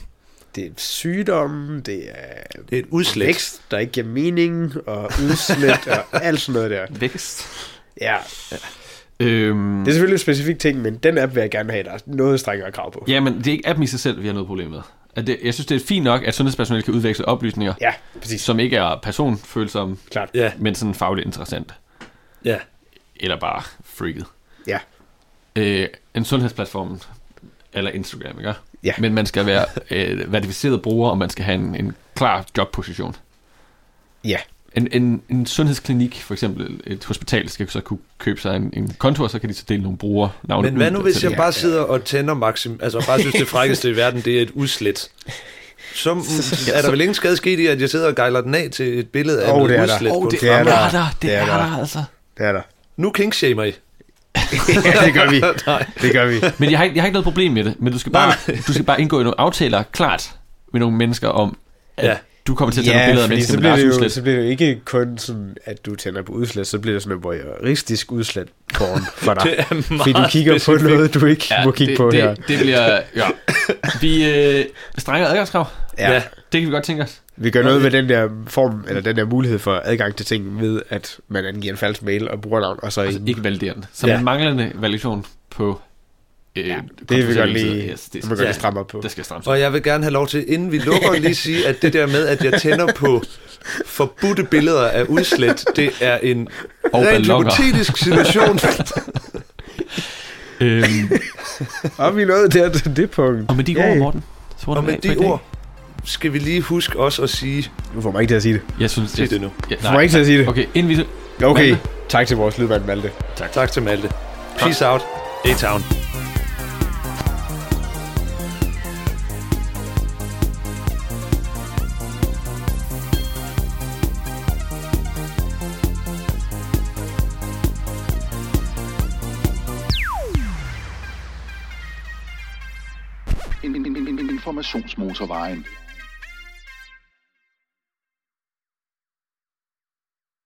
det er sygdom, det er, Det er et udslæt. vækst, der ikke giver mening, og udslæt, og alt sådan noget der. Vækst. Ja, Øhm, det er selvfølgelig en specifik ting, men den app vil jeg gerne have, der er noget strengere krav på. ja, men det er ikke appen i sig selv, vi har noget problem med. At det, jeg synes, det er fint nok, at sundhedspersonale kan udveksle oplysninger, Ja, præcis. som ikke er personfølsomme, Klart. Ja, men sådan fagligt interessante. ja. Eller bare freaket. Ja. Øh, en sundhedsplatform, eller Instagram, ikke? Ja. Men man skal være øh, verificeret bruger, og man skal have en, en klar jobposition. Ja. En, en, en sundhedsklinik, for eksempel et hospital, skal så kunne købe sig en, en konto, og så kan de så dele nogle brugere navne. Men hvad nu, hvis jeg Ja, bare ja. sidder og tænder maksim, altså bare synes, det frækkeste i verden, det er et udslæt. Så er der vel ingen skade sket i, at jeg sidder og gejler den af til et billede af Åh, noget det er der. udslæt Åh, på det en er fremmed. der. er der, det, Det er er der, der. altså. Det er der. Nu kinkshamer I. Ja, det gør vi. Nej. Det gør vi. Men jeg har, ikke, jeg har ikke noget problem med det, men du skal bare, du skal bare indgå i nogle aftaler klart med nogle mennesker om, at Ja. du kommer til at tage nogle Ja, billeder af fordi mennesker så med bliver, deres det jo, udslæt. så bliver det jo ikke kun sådan, at du tænder på udslæt, så bliver det sådan en voyeuristisk udslæt porn for dig. Det er meget Fordi du kigger på specifikt. noget, du ikke Ja, må kigge det, på det, her. det bliver, ja. Vi øh, strengere adgangskrav. Ja. Ja. Det kan vi godt tænke os. Vi gør noget med den der form, eller den der mulighed for adgang til ting, ved at man angiver en falsk mail og brugernavn, og så Altså en- ikke validerende. Så Ja. en manglende validation på øh, Ja, det vil vi godt lige, yes, det, det må godt ja. lige stramme op på. det skal strammes. Og jeg vil gerne have lov til, inden vi lukker, lige sige, at det der med, at jeg tænder på forbudte billeder af udslæt, det er en Og rent balloner. hypotetisk situation. øhm, Og vi er nået der til det punkt. og med de Ja, ord, ja. Morten, så var Og det med de ord skal vi lige huske også at sige, Nu får man ikke til at sige det. Jeg synes, sig det nu. Ja, Du får mig ikke til at sige det. Okay, inden vi... Okay, Malte. tak til vores lydmand Malte. Tak til Malte. Peace out. A-Town. Informationsmotorvejen.